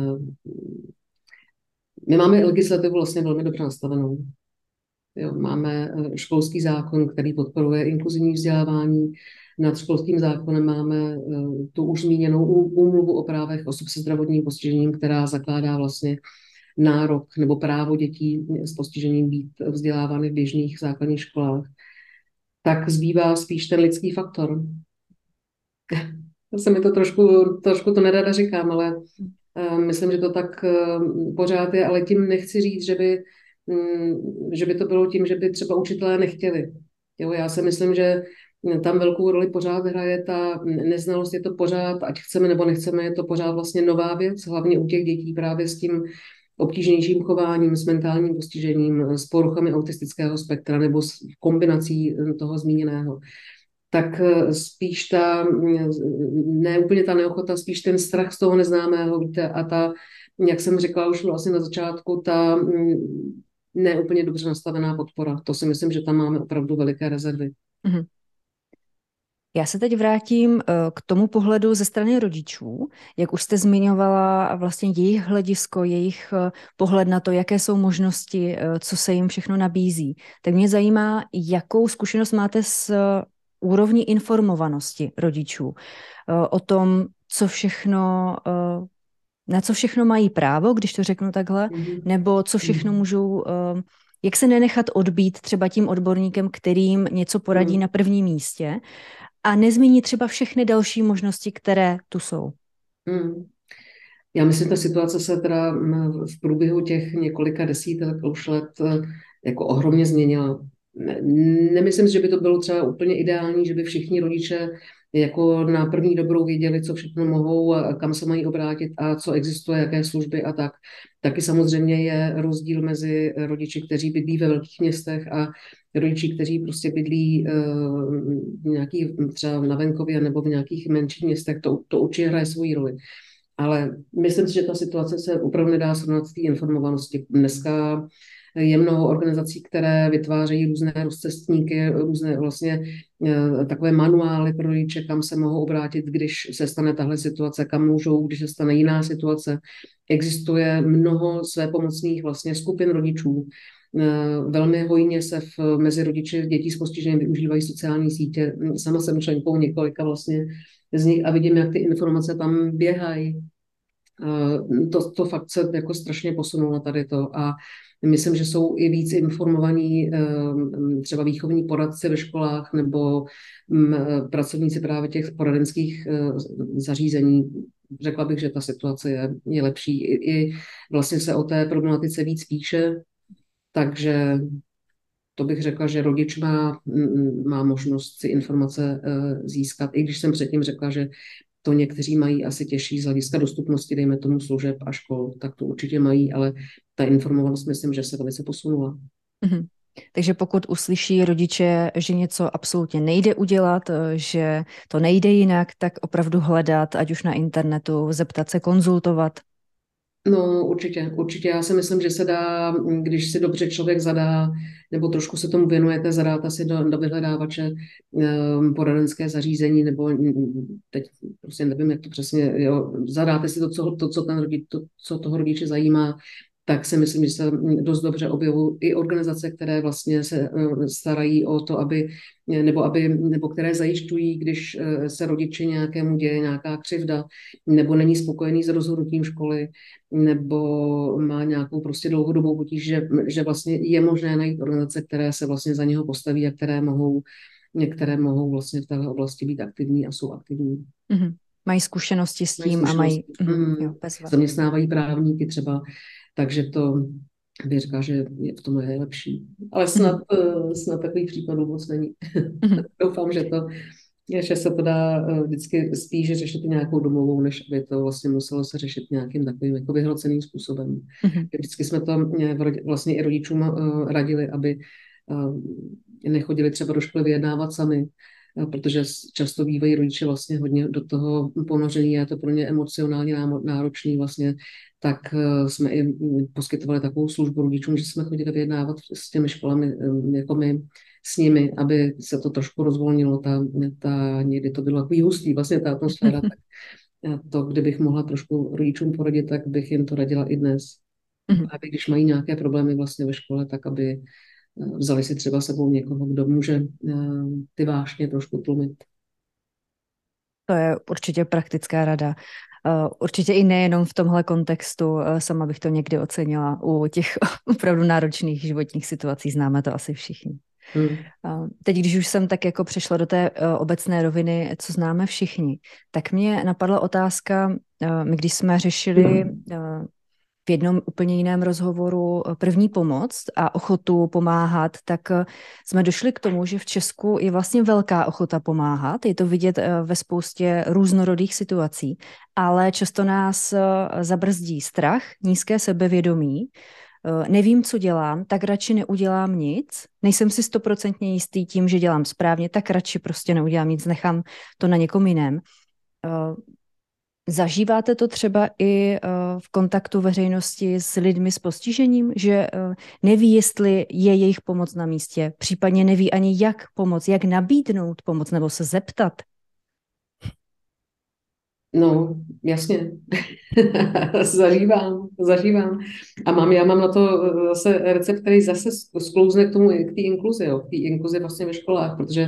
My máme legislativu vlastně velmi dobře nastavenou. Jo, máme školský zákon, který podporuje inkluzivní vzdělávání. Nad školským zákonem máme tu už zmíněnou úmluvu o právech osob se zdravotním postižením, která zakládá vlastně nárok nebo právo dětí s postižením být vzdělávány v běžných základních školách. Tak zbývá spíš ten lidský faktor. Se mi to trošku to nerada říkám, ale myslím, že to tak pořád je, ale tím nechci říct, že by to bylo tím, že by třeba učitelé nechtěli. Jo, já si myslím, že tam velkou roli pořád hraje ta neznalost, je to pořád, ať chceme nebo nechceme, je to pořád vlastně nová věc, hlavně u těch dětí právě s tím obtížnějším chováním, s mentálním postižením, s poruchami autistického spektra nebo s kombinací toho zmíněného. Tak spíš ne úplně ta neochota, spíš ten strach z toho neznámého, víte, a jak jsem řekla už vlastně na začátku, ta neúplně dobře nastavená podpora. To si myslím, že tam máme opravdu veliké rezervy. Mm-hmm. Já se teď vrátím k tomu pohledu ze strany rodičů, jak už jste zmiňovala vlastně jejich hledisko, jejich pohled na to, jaké jsou možnosti, co se jim všechno nabízí. Tak mě zajímá, jakou zkušenost máte s úrovní informovanosti rodičů o tom, na co všechno mají právo, když to řeknu takhle, nebo co všechno můžou, jak se nenechat odbít třeba tím odborníkem, kterým něco poradí na prvním místě, a nezmíní třeba všechny další možnosti, které tu jsou. Já myslím, ta situace se teda v průběhu těch několika desítek už let jako ohromně změnila. Nemyslím si, že by to bylo třeba úplně ideální, že by všichni rodiče jako na první dobrou věděli, co všechno mohou a kam se mají obrátit a co existuje, jaké služby a tak. Taky samozřejmě je rozdíl mezi rodiči, kteří bydlí ve velkých městech a rodiči, kteří prostě bydlí v nějaký, třeba na venkově nebo v nějakých menších městech. To určitě hraje svoji roli. Ale myslím si, že ta situace se opravdu nedá srovnat s té informovanosti. Dneska je mnoho organizací, které vytvářejí různé rozcestníky, různé vlastně takové manuály pro rodiče, kam se mohou obrátit, když se stane tahle situace, kam můžou, když se stane jiná situace. Existuje mnoho svépomocných vlastně skupin rodičů. Velmi hojně se mezi rodiči dětí s postižením využívají sociální sítě. Sama jsem členkou několika vlastně z nich a vidím, jak ty informace tam běhají. To fakt se jako strašně posunulo tady to a myslím, že jsou i víc informovaní třeba výchovní poradci ve školách nebo pracovníci právě těch poradenských zařízení. Řekla bych, že ta situace je lepší. I vlastně se o té problematice víc píše, takže to bych řekla, že rodič má možnost si informace získat, i když jsem předtím řekla, že to někteří mají asi těžší z hlediska dostupnosti, dejme tomu služeb a škol, tak to určitě mají, ale ta informovanost myslím, že se velice posunula. Mhm. Takže pokud uslyší rodiče, že něco absolutně nejde udělat, že to nejde jinak, tak opravdu hledat, ať už na internetu, zeptat se, konzultovat. No, určitě. Já si myslím, že se dá, když si dobře člověk zadá, nebo trošku se tomu věnujete, zadáte si do vyhledávače poradenské zařízení, nebo teď prostě nevím, jak to přesně, jo, zadáte si co toho rodiče zajímá, tak si myslím, že se dost dobře objevují i organizace, které vlastně se starají o to, nebo které zajišťují, když se rodiči nějakému děje nějaká křivda, nebo není spokojený s rozhodnutím školy, nebo má nějakou prostě dlouhodobou potíž, že vlastně je možné najít organizace, které se vlastně za něho postaví a některé mohou vlastně v této oblasti být aktivní a jsou aktivní. Mm-hmm. Mají zkušenosti s tím a mají... Jo, zaměstnávají právníky třeba, takže to bych řekla, že v tom je lepší. Ale snad takových případů moc není. Doufám, že se to dá vždycky spíš řešit nějakou domovou, než aby to vlastně muselo se řešit nějakým takovým jako vyhroceným způsobem. Vždycky jsme to vlastně i rodičům radili, aby nechodili třeba do školy vyjednávat sami, protože často bývají rodiče vlastně hodně do toho ponoření, je to pro ně emocionálně náročný vlastně, tak jsme i poskytovali takovou službu rodičům, že jsme chodili vyjednávat s těmi školami, jako my s nimi, aby se to trošku rozvolnilo, někdy to bylo takový hustý, vlastně ta atmosféra, tak to, kdybych mohla trošku rodičům poradit, tak bych jim to radila i dnes. Aby když mají nějaké problémy vlastně ve škole, tak aby vzali si třeba sebou někoho, kdo může ty vášně trošku tlumit. To je určitě praktická rada. Určitě i nejenom v tomhle kontextu, sama bych to někdy ocenila. U těch opravdu náročných životních situací známe to asi všichni. Teď, když už jsem tak jako přešla do té obecné roviny, co známe všichni, tak mě napadla otázka, my když jsme řešili v jednom úplně jiném rozhovoru první pomoc a ochotu pomáhat, tak jsme došli k tomu, že v Česku je vlastně velká ochota pomáhat. Je to vidět ve spoustě různorodých situací, ale často nás zabrzdí strach, nízké sebevědomí, nevím, co dělám, tak radši neudělám nic. Nejsem si 100% jistý tím, že dělám správně, tak radši prostě neudělám nic, nechám to na někom jiném. Zažíváte to třeba i v kontaktu veřejnosti s lidmi s postižením, že neví, jestli je jejich pomoc na místě, případně neví ani jak pomoct, jak nabídnout pomoc nebo se zeptat? No, jasně. Zažívám. A já mám na to zase recept, který zase sklouzne k té inkluzi, k té inkluzi vlastně ve školách, protože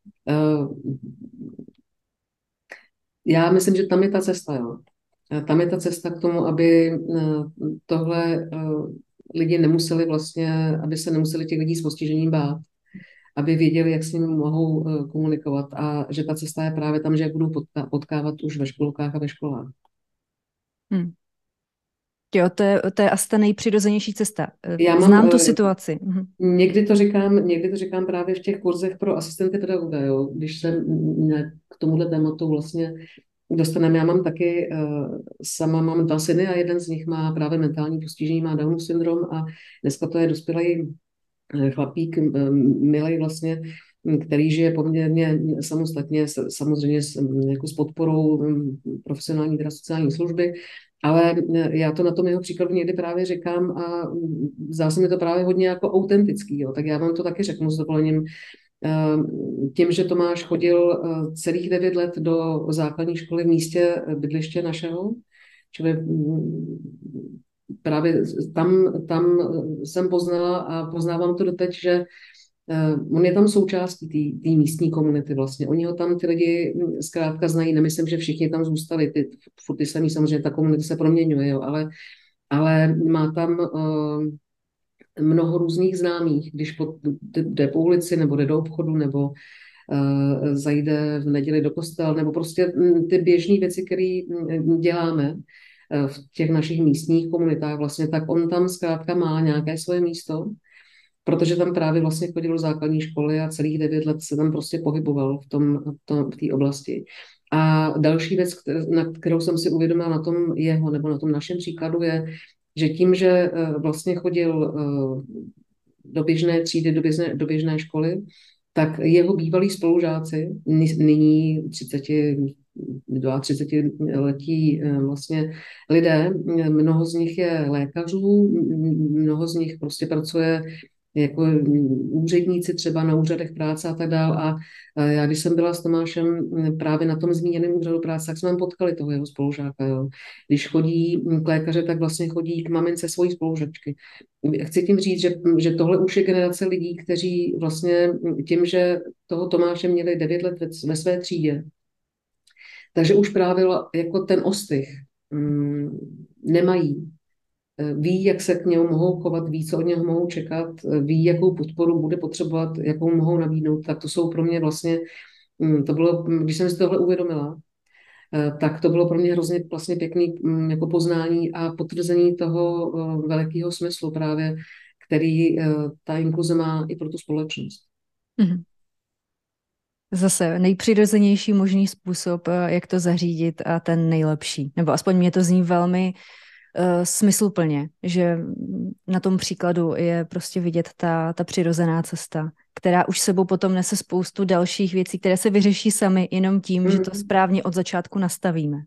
já myslím, že tam je ta cesta, jo. Tam je ta cesta k tomu, aby tohle lidi nemuseli vlastně, aby se nemuseli těch lidí s postižením bát, aby věděli, jak s nimi mohou komunikovat a že ta cesta je právě tam, že je budou potkávat už ve školkách a ve školách. Jo, to je asi ta nejpřirozenější cesta. Já Znám tu situaci. někdy to říkám právě v těch kurzech pro asistenty pedagoga, jo. Když se k tomuhle tématu vlastně dostaneme. Já mám taky, sama mám 2 syny a jeden z nich má právě mentální postižení, má Downův syndrom a dneska to je dospělý chlapík, milej vlastně, který žije poměrně samostatně, samozřejmě jako s podporou profesionální teda sociální služby, ale já to na tom jeho příkladu někdy právě říkám a zdá se mi to právě hodně jako autentický, jo. Tak já vám to taky řeknu s dovolením. Tím, že Tomáš chodil celých 9 let do základní školy v místě bydliště našeho, čili právě tam jsem poznala a poznávám to doteď, že on je tam součástí té místní komunity vlastně. Oni ho tam ty lidi zkrátka znají, nemyslím, že všichni tam zůstali, furt ty samý, samozřejmě ta komunita se proměňuje, jo, ale má tam mnoho různých známých, když jde po ulici, nebo jde do obchodu, nebo zajde v neděli do kostela, nebo prostě ty běžné věci, které děláme v těch našich místních komunitách vlastně, tak on tam zkrátka má nějaké svoje místo, protože tam právě vlastně chodil do základní školy a celých 9 let se tam prostě pohyboval v té oblasti. A další věc, na kterou jsem si uvědomila na tom jeho nebo na tom našem příkladu je, že tím, že vlastně chodil do běžné třídy, do běžné školy, tak jeho bývalí spolužáci, nyní 32-letí vlastně lidé, mnoho z nich je lékařů, mnoho z nich prostě pracuje jako úředníci třeba na úřadech práce a tak dál. A já, když jsem byla s Tomášem právě na tom zmíněném úřadu práce, tak jsme potkali toho jeho spolužáka. Jo. Když chodí k lékaře, tak vlastně chodí k mamince svojí spolužačky. Chci tím říct, že tohle už je generace lidí, kteří vlastně tím, že toho Tomáše měli 9 let ve své třídě, takže už právě jako ten ostych nemají. Ví, jak se k němu mohou chovat, ví, co od něho mohou čekat, ví, jakou podporu bude potřebovat, jakou mohou nabídnout, tak to jsou pro mě vlastně, to bylo, když jsem si tohle uvědomila, tak to bylo pro mě hrozně vlastně pěkný jako poznání a potvrzení toho velikého smyslu právě, který ta inkluze má i pro tu společnost. Mm-hmm. Zase nejpřirozenější možný způsob, jak to zařídit a ten nejlepší. Nebo aspoň mě to zní velmi smysluplně, že na tom příkladu je prostě vidět ta přirozená cesta, která už sebou potom nese spoustu dalších věcí, které se vyřeší sami jenom tím, že to správně od začátku nastavíme.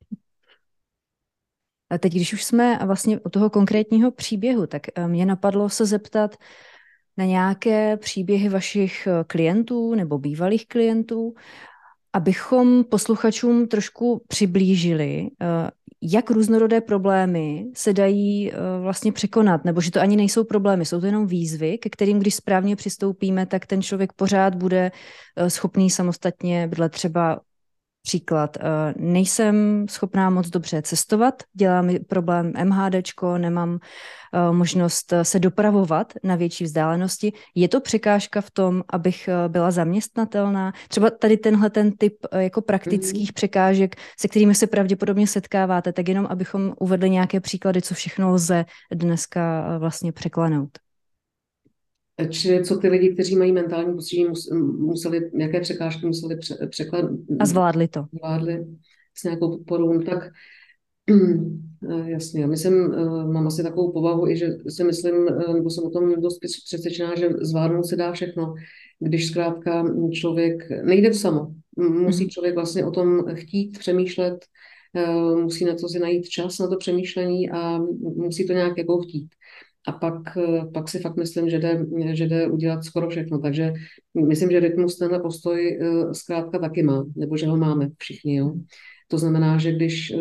A teď, když už jsme vlastně u toho konkrétního příběhu, tak mě napadlo se zeptat na nějaké příběhy vašich klientů nebo bývalých klientů, abychom posluchačům trošku přiblížili, jak různorodé problémy se dají vlastně překonat, nebo že to ani nejsou problémy, jsou to jenom výzvy, ke kterým, když správně přistoupíme, tak ten člověk pořád bude schopný samostatně bydlet. Třeba příklad, nejsem schopná moc dobře cestovat, dělá mi problém MHDčko, nemám možnost se dopravovat na větší vzdálenosti. Je to překážka v tom, abych byla zaměstnatelná? Třeba tady ten typ jako praktických překážek, se kterými se pravděpodobně setkáváte, tak jenom abychom uvedli nějaké příklady, co všechno lze dneska vlastně překlenout. Čili co ty lidi, kteří mají mentální postižení, jaké překážky museli překlenat? A zvládli to. Zvládli s nějakou podporou, tak jasně. Mám asi takovou povahu, i že si myslím, nebo jsem o tom dost přesvědčená, že zvládnout se dá všechno, když zkrátka člověk, nejde to samo, musí člověk vlastně o tom chtít, přemýšlet, musí na to si najít čas na to přemýšlení a musí to nějak jako chtít. A pak si fakt myslím, že jde udělat skoro všechno. Takže myslím, že Rytmus tenhle postoj zkrátka taky má, nebo že ho máme všichni. Jo? To znamená, že když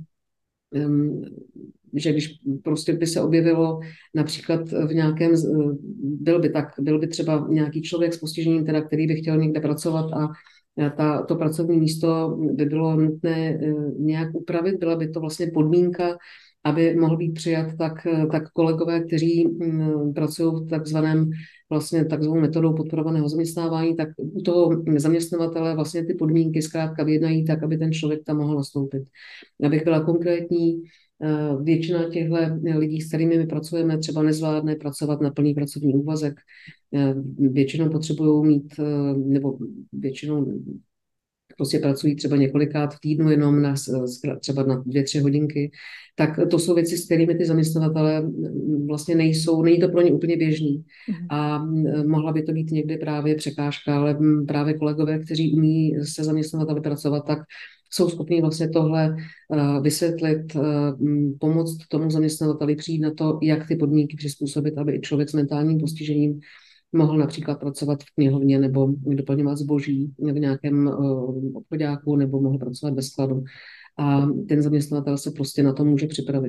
prostě by se objevilo například v nějakém, byl by třeba nějaký člověk s postižením, teda, který by chtěl někde pracovat a to pracovní místo by bylo nutné nějak upravit, byla by to vlastně podmínka, aby mohl být přijat, tak kolegové, kteří pracují v takzvanou metodou podporovaného zaměstnávání, tak u toho zaměstnavatele vlastně ty podmínky zkrátka vyjednají tak, aby ten člověk tam mohl nastoupit. Abych byla konkrétní, Většina těchto lidí, s kterými my pracujeme, třeba nezvládne pracovat na plný pracovní úvazek. Většinou potřebují mít, nebo většinou prostě pracují třeba několikrát v týdnu jenom třeba na 2-3 hodinky, tak to jsou věci, s kterými ty zaměstnavatele vlastně nejsou, není to pro ně úplně běžný. A mohla by to být někdy právě překážka, ale právě kolegové, kteří umí se zaměstnavateli pracovat, tak jsou schopni vlastně tohle vysvětlit, pomoct tomu zaměstnavateli přijít na to, jak ty podmínky přizpůsobit, aby i člověk s mentálním postižením mohl například pracovat v knihovně nebo doplňovat zboží v nějakém obchodáku nebo mohl pracovat ve skladu. A ten zaměstnavatel se prostě na to může připravit.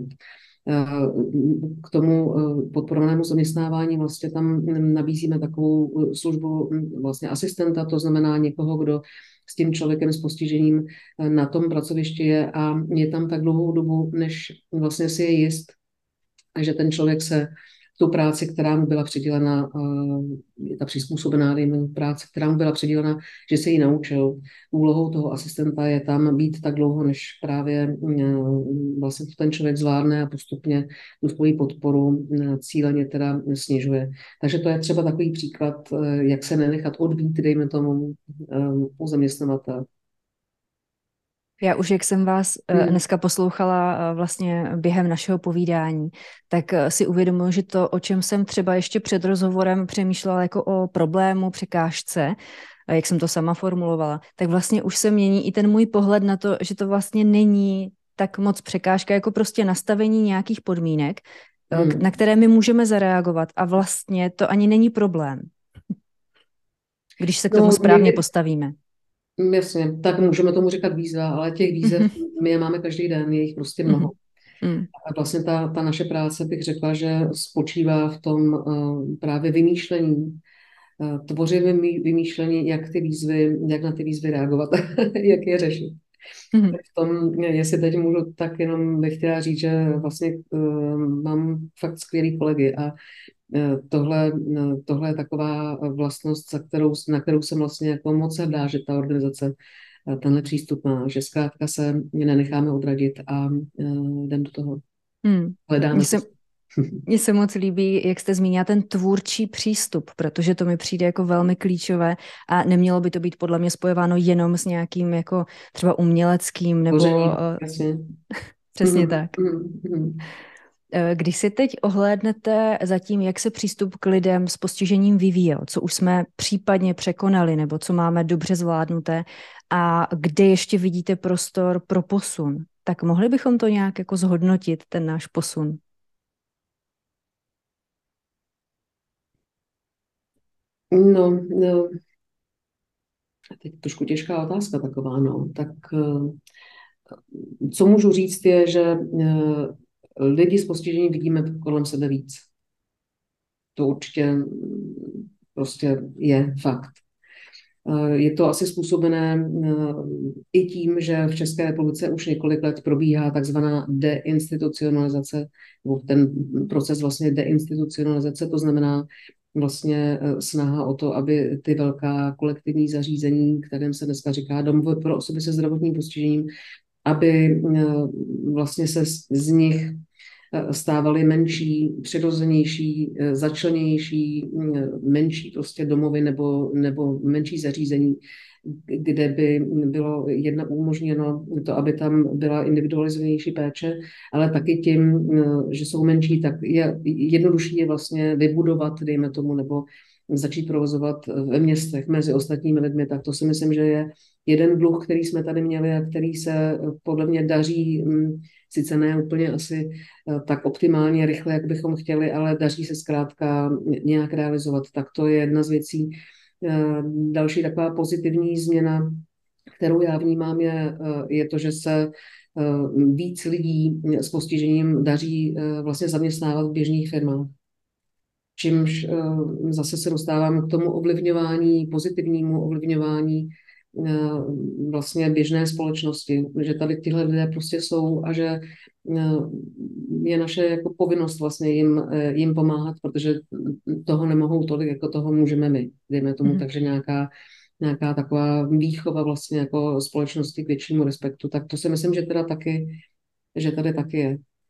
K tomu podporovanému zaměstnávání vlastně tam nabízíme takovou službu vlastně asistenta, to znamená někoho, kdo s tím člověkem s postižením na tom pracovišti je a je tam tak dlouhou dobu, než vlastně si je jist, že ten člověk se tu práci, která mu byla přidělena, ta přizpůsobená práce, která mu byla přidělena, že se ji naučil. Úlohou toho asistenta je tam být tak dlouho, než právě vlastně ten člověk zvládne a postupně tu svoji podporu cíleně teda snižuje. Takže to je třeba takový příklad, jak se nenechat odbít, dejme tomu, u zaměstnavatele. Já už, jak jsem vás dneska poslouchala vlastně během našeho povídání, tak si uvědomuji, že to, o čem jsem třeba ještě před rozhovorem přemýšlela jako o problému, překážce, jak jsem to sama formulovala, tak vlastně už se mění i ten můj pohled na to, že to vlastně není tak moc překážka, jako prostě nastavení nějakých podmínek, na které my můžeme zareagovat a vlastně to ani není problém, když se k tomu správně postavíme. Jasně, tak můžeme tomu říkat výzva, ale těch výzev my je máme každý den, je jich prostě mnoho. A vlastně ta naše práce bych řekla, že spočívá v tom právě vymýšlení, tvořivém vymýšlení, jak na ty výzvy reagovat, jak je řešit. V tom, jestli teď můžu, tak jenom bych chtěla říct, že vlastně mám fakt skvělý kolegy a tohle je taková vlastnost, na kterou jsem vlastně jako moc hrdá, že ta organizace tenhle přístup má, že zkrátka se nenecháme odradit a jdem do toho. Hledáme se. Mně se moc líbí, jak jste zmínila ten tvůrčí přístup, protože to mi přijde jako velmi klíčové a nemělo by to být podle mě spojováno jenom s nějakým jako třeba uměleckým nebo... Přesně tak. Když si teď ohlédnete za tím, jak se přístup k lidem s postižením vyvíjel, co už jsme případně překonali nebo co máme dobře zvládnuté a kde ještě vidíte prostor pro posun, tak mohli bychom to nějak jako zhodnotit, ten náš posun? No, teď trošku těžká otázka taková, no. Tak co můžu říct je, že lidi s postižením vidíme kolem sebe víc. To určitě prostě je fakt. Je to asi způsobené i tím, že v České republice už několik let probíhá takzvaná deinstitucionalizace, nebo ten proces vlastně deinstitucionalizace, to znamená vlastně snaha o to, aby ty velká kolektivní zařízení, kterým se dneska říká domovy pro osoby se zdravotním postižením, aby vlastně se z nich stávaly menší, přirozenější, začlenější, menší prostě domovy nebo menší zařízení, kde by bylo umožněno to, aby tam byla individualizovanější péče, ale taky tím, že jsou menší, tak je jednodušší je vlastně vybudovat, dejme tomu, nebo začít provozovat ve městech mezi ostatními lidmi, tak to si myslím, že je jeden dluh, který jsme tady měli a který se podle mě daří, sice ne úplně asi tak optimálně rychle, jak bychom chtěli, ale daří se zkrátka nějak realizovat. Tak to je jedna z věcí. Další taková pozitivní změna, kterou já vnímám, je to, že se víc lidí s postižením daří vlastně zaměstnávat v běžných firmách. Čímž zase se dostávám k tomu ovlivňování, pozitivnímu ovlivňování vlastně běžné společnosti, že tady tyhle lidé prostě jsou a že je naše jako povinnost vlastně jim pomáhat, protože toho nemohou tolik, jako toho můžeme my, dejme tomu, takže nějaká taková výchova vlastně jako společnosti k většímu respektu, tak to si myslím, že tady taky je.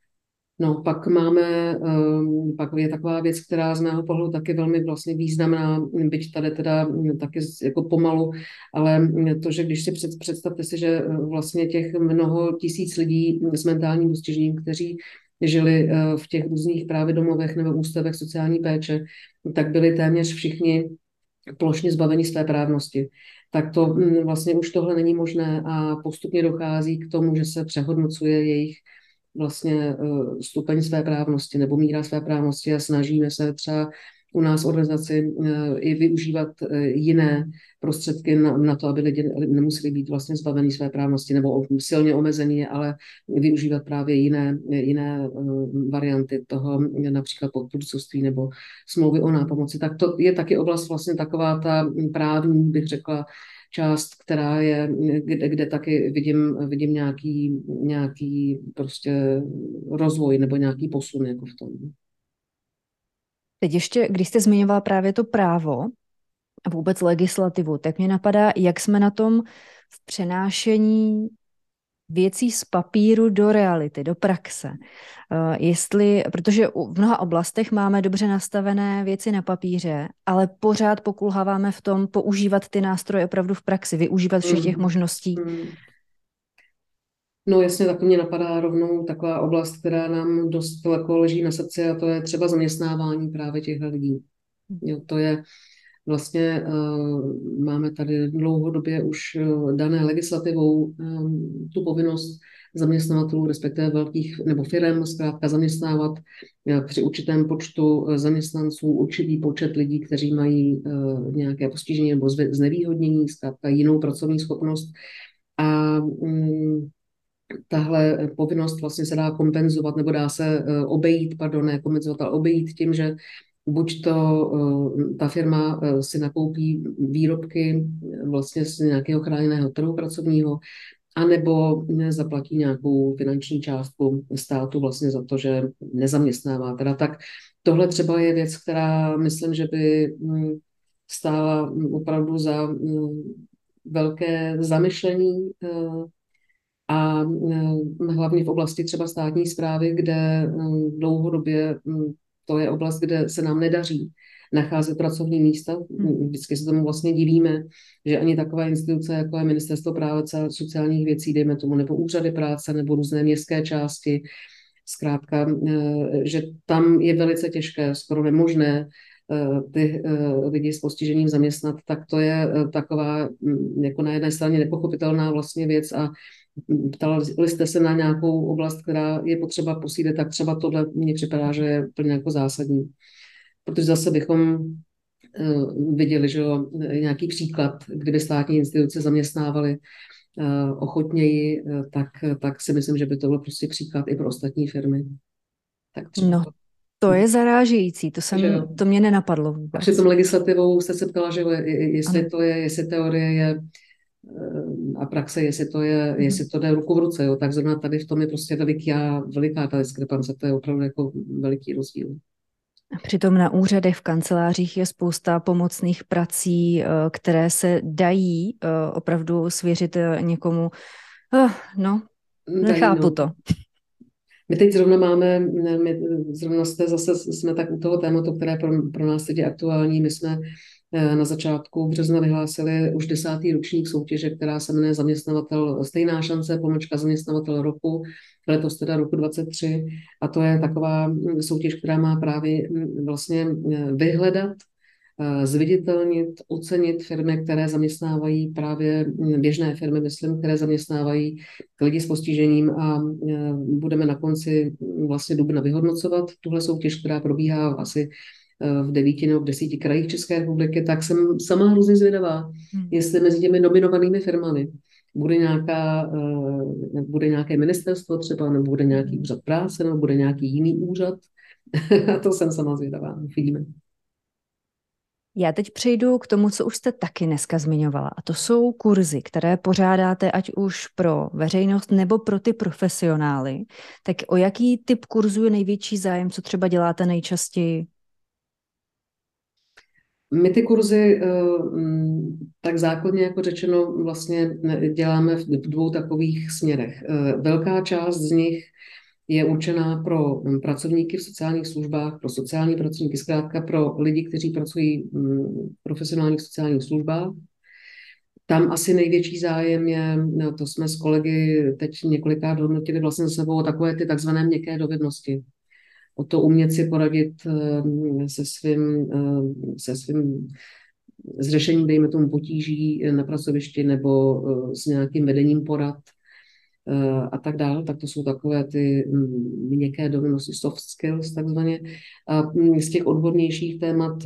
No, pak je taková věc, která z mého pohledu taky velmi vlastně významná, byť tady teda taky jako pomalu, ale to, že když si představte si, že vlastně těch mnoho tisíc lidí s mentálním postižením, kteří žili v těch různých právě domovech nebo ústavech sociální péče, tak byli téměř všichni plošně zbaveni své právnosti. Tak to vlastně už tohle není možné a postupně dochází k tomu, že se přehodnocuje jejich vlastně stupeň své právnosti nebo míra své právnosti a snažíme se třeba u nás v organizaci i využívat jiné prostředky na to, aby lidi nemuseli být vlastně zbavení své právnosti nebo silně omezení, ale využívat právě jiné varianty toho, například podpůrcovství nebo smlouvy o nápomoci. Tak to je taky oblast vlastně taková ta právní, bych řekla, část, která je, kde taky vidím nějaký prostě rozvoj nebo nějaký posun jako v tom. Teď ještě, když jste zmiňovala právě to právo a vůbec legislativu, tak mě napadá, jak jsme na tom v přenášení věcí z papíru do reality, do praxe. Protože v mnoha oblastech máme dobře nastavené věci na papíře, ale pořád pokulháváme v tom používat ty nástroje opravdu v praxi, využívat všech těch možností. No jasně, tak mě napadá rovnou taková oblast, která nám dost jako leží na srdci a to je třeba zaměstnávání právě těch lidí. Jo, to je vlastně, máme tady dlouhodobě už dané legislativou tu povinnost zaměstnavatelů, respektive velkých nebo firem, zkrátka zaměstnávat při určitém počtu zaměstnanců určitý počet lidí, kteří mají nějaké postižení nebo znevýhodnění, zkrátka jinou pracovní schopnost. A tahle povinnost vlastně se dá kompenzovat, nebo dá se obejít, pardon, ne kompenzovat, ale obejít tím, že buď to ta firma si nakoupí výrobky vlastně z nějakého chráněného trhu pracovního, anebo zaplatí nějakou finanční částku státu vlastně za to, že nezaměstnává. Teda tak tohle třeba je věc, která myslím, že by stála opravdu za velké zamyšlení a hlavně v oblasti třeba státní správy, kde dlouhodobě to je oblast, kde se nám nedaří nacházet pracovní místa. Vždycky se tomu vlastně divíme, že ani takové instituce, jako je Ministerstvo práce a sociálních věcí, dejme tomu, nebo úřady práce, nebo různé městské části, zkrátka, že tam je velice těžké, skoro nemožné ty lidi s postižením zaměstnat, tak to je taková jako na jedné straně nepochopitelná vlastně věc a ptali jste se na nějakou oblast, která je potřeba posílit, tak třeba tohle mně připadá, že je úplně jako zásadní. Protože zase bychom viděli, že nějaký příklad, kdyby státní instituce zaměstnávaly ochotněji, tak si myslím, že by to byl prostě příklad i pro ostatní firmy. Tak třeba No, to je zarážející, to mě nenapadlo a vůbec. přitom legislativou jste se ptala, že jestli teorie je a praxe, jestli to jde ruku v ruce, jo, tak zrovna tady v tom je prostě veliká ta diskrepance, to je opravdu jako veliký rozdíl. Přitom na úřadech, v kancelářích je spousta pomocných prací, které se dají opravdu svěřit někomu. Nechápu to. My teď zrovna jsme tak u toho tématu, které pro nás teď je aktuální. My jsme na začátku března vyhlásili už 10. ročník soutěže, která se jmenuje Zaměstnavatel stejná šance, zaměstnavatel roku, letos teda roku 23. A to je taková soutěž, která má právě vlastně vyhledat, zviditelnit, ocenit firmy, které zaměstnávají právě běžné firmy, myslím, které zaměstnávají lidi s postižením a budeme na konci vlastně dubna vyhodnocovat tuhle soutěž, která probíhá asi v 9 nebo v 10 krajích České republiky, tak jsem sama hrozně zvědavá, jestli mezi těmi nominovanými firmami bude nějaké ministerstvo třeba, nebo bude nějaký úřad práce, nebo bude nějaký jiný úřad. A to jsem sama zvědavá. Uvidíme. Já teď přejdu k tomu, co už jste taky dneska zmiňovala. A to jsou kurzy, které pořádáte ať už pro veřejnost nebo pro ty profesionály. Tak o jaký typ kurzu je největší zájem? Co třeba děláte nejčastěji? My ty kurzy, tak základně jako řečeno, vlastně děláme v 2 takových směrech. Velká část z nich je určená pro pracovníky v sociálních službách, pro sociální pracovníky, zkrátka pro lidi, kteří pracují v profesionálních sociálních službách. Tam asi největší zájem je, no, to jsme s kolegy teď několikrát hodnotili vlastně se sebou, takové ty takzvané měkké dovednosti. O to umět si poradit se svým s řešením, dejme tomu, potíží na pracovišti nebo s nějakým vedením porad a tak dále, tak to jsou takové ty měkké dovednosti, soft skills takzvaně. A z těch odbornějších témat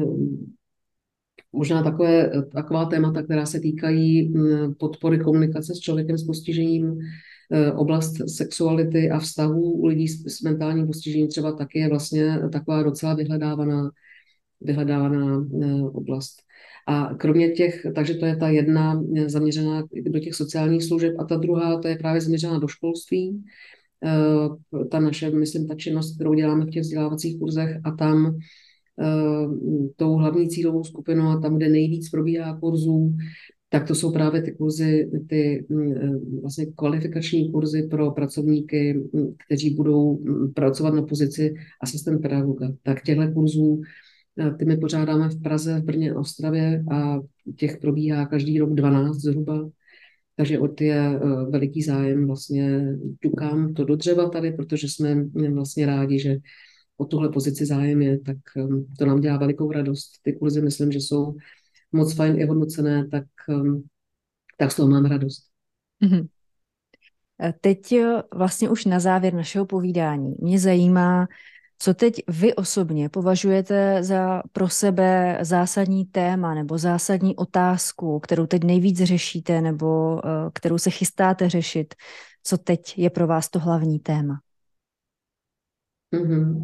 možná taková témata, která se týkají podpory komunikace s člověkem s postižením, oblast sexuality a vztahů u lidí s mentálním postižením třeba taky je vlastně taková docela vyhledávaná oblast. A kromě těch, takže to je ta jedna zaměřená do těch sociálních služeb a ta druhá, to je právě zaměřená do školství. Ta naše, myslím, ta činnost, kterou děláme v těch vzdělávacích kurzech a tam tou hlavní cílovou skupinou a tam, kde nejvíc probíhá kurzů, tak to jsou právě ty kurzy, ty vlastně kvalifikační kurzy pro pracovníky, kteří budou pracovat na pozici asistent pedagoga. Tak těchto kurzů ty my pořádáme v Praze, v Brně a Ostravě a těch probíhá každý rok 12 zhruba. Takže od je veliký zájem, vlastně ťukám to do dřeva tady, protože jsme vlastně rádi, že o tuhle pozici zájem je, tak to nám dělá velikou radost. Ty kurzy myslím, že jsou moc fajn i hodnocené, tak z toho mám radost. Mhm. Teď vlastně už na závěr našeho povídání mě zajímá, co teď vy osobně považujete za pro sebe zásadní téma nebo zásadní otázku, kterou teď nejvíc řešíte nebo kterou se chystáte řešit? Co teď je pro vás to hlavní téma? Mm-hmm.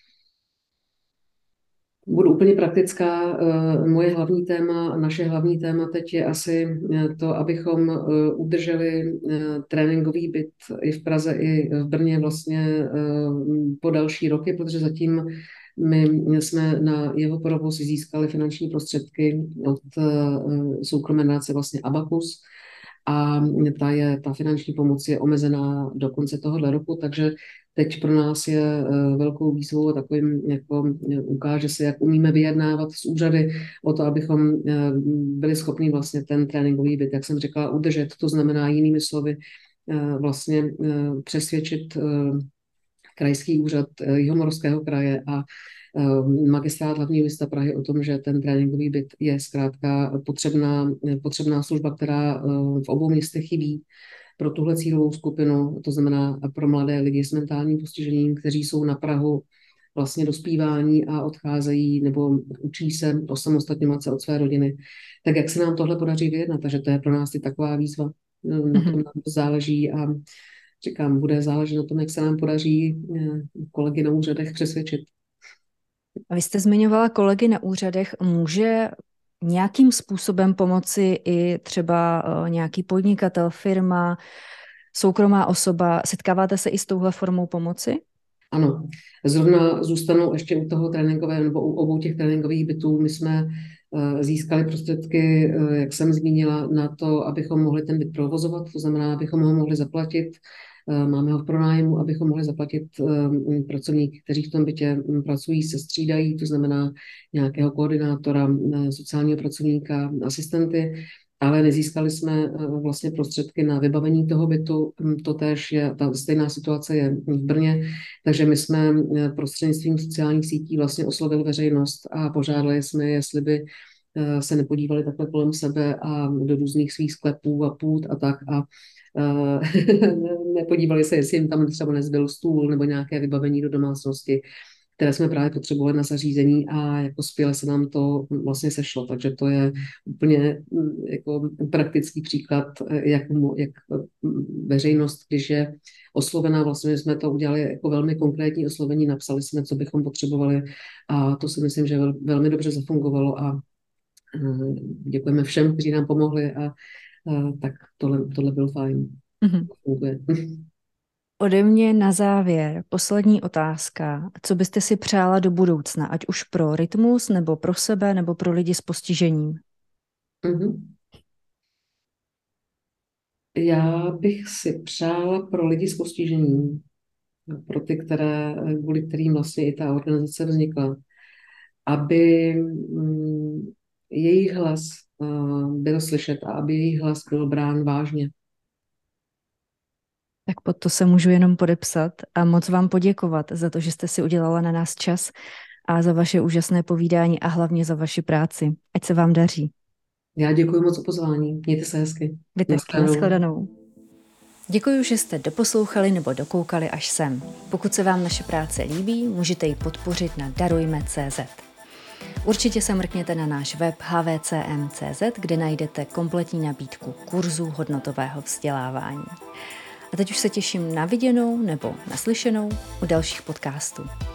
Budu úplně praktická. Moje hlavní téma, naše hlavní téma teď je asi to, abychom udrželi tréninkový byt i v Praze, i v Brně vlastně po další roky, protože zatím my jsme na jeho provoz získali finanční prostředky od soukromé nadace vlastně Abacus a ta finanční pomoc je omezená do konce tohohle roku, takže teď pro nás je velkou výzvou a takovým, jako ukáže se, jak umíme vyjednávat s úřady o to, abychom byli schopni vlastně ten tréninkový byt, jak jsem řekla, udržet. To znamená jinými slovy vlastně přesvědčit krajský úřad Jihomoravského kraje a magistrát hlavního města Prahy o tom, že ten tréninkový byt je zkrátka potřebná služba, která v obou městech chybí pro tuhle cílovou skupinu, to znamená pro mladé lidi s mentálním postižením, kteří jsou na prahu vlastně dospívání a odcházejí nebo učí se osamostatňovat se od své rodiny. Tak jak se nám tohle podaří vyjednat? Takže to je pro nás i taková výzva. Na tom nám záleží a říkám, bude záležet na tom, jak se nám podaří kolegy na úřadech přesvědčit. Vy jste zmiňovala kolegy na úřadech. Může nějakým způsobem pomoci i třeba nějaký podnikatel, firma, soukromá osoba? Setkáváte se i s touhle formou pomoci? Ano, zrovna zůstanou ještě u toho tréninkového nebo u obou těch tréninkových bytů. My jsme získali prostředky, jak jsem zmínila, na to, abychom mohli ten byt provozovat, to znamená, abychom ho mohli zaplatit. Máme ho v pronájmu, abychom mohli zaplatit pracovníky, kteří v tom bytě pracují, se střídají, to znamená nějakého koordinátora, sociálního pracovníka, asistenty, ale nezískali jsme vlastně prostředky na vybavení toho bytu. Totéž je, ta stejná situace je v Brně, takže my jsme prostřednictvím sociálních sítí vlastně oslovili veřejnost a požádali jsme, jestli by se nepodívali takhle kolem sebe a do různých svých sklepů a půd a tak a nepodívali se, jestli jim tam třeba nezbyl stůl nebo nějaké vybavení do domácnosti, které jsme právě potřebovali na zařízení a jako skvěle se nám to vlastně sešlo. Takže to je úplně jako praktický příklad, jak veřejnost, když je oslovená, vlastně jsme to udělali jako velmi konkrétní oslovení, napsali jsme, co bychom potřebovali a to si myslím, že velmi dobře zafungovalo a děkujeme všem, kteří nám pomohli a tak tohle bylo fajn. Mm-hmm. Ode mě na závěr poslední otázka. Co byste si přála do budoucna, ať už pro Rytmus, nebo pro sebe, nebo pro lidi s postižením? Mm-hmm. Já bych si přála pro lidi s postižením, pro ty, kvůli kterým vlastně i ta organizace vznikla, aby jejich hlas byl slyšet a aby jejich hlas byl brán vážně. Tak pod to se můžu jenom podepsat a moc vám poděkovat za to, že jste si udělala na nás čas a za vaše úžasné povídání a hlavně za vaši práci. Ať se vám daří. Já děkuji moc za pozvání. Mějte se hezky. Vy taky, nashledanou. Děkuji, že jste doposlouchali nebo dokoukali až sem. Pokud se vám naše práce líbí, můžete ji podpořit na darujme.cz. Určitě se mrkněte na náš web hvcm.cz, kde najdete kompletní nabídku kurzů hodnotového vzdělávání. A teď už se těším na viděnou nebo naslyšenou u dalších podcastů.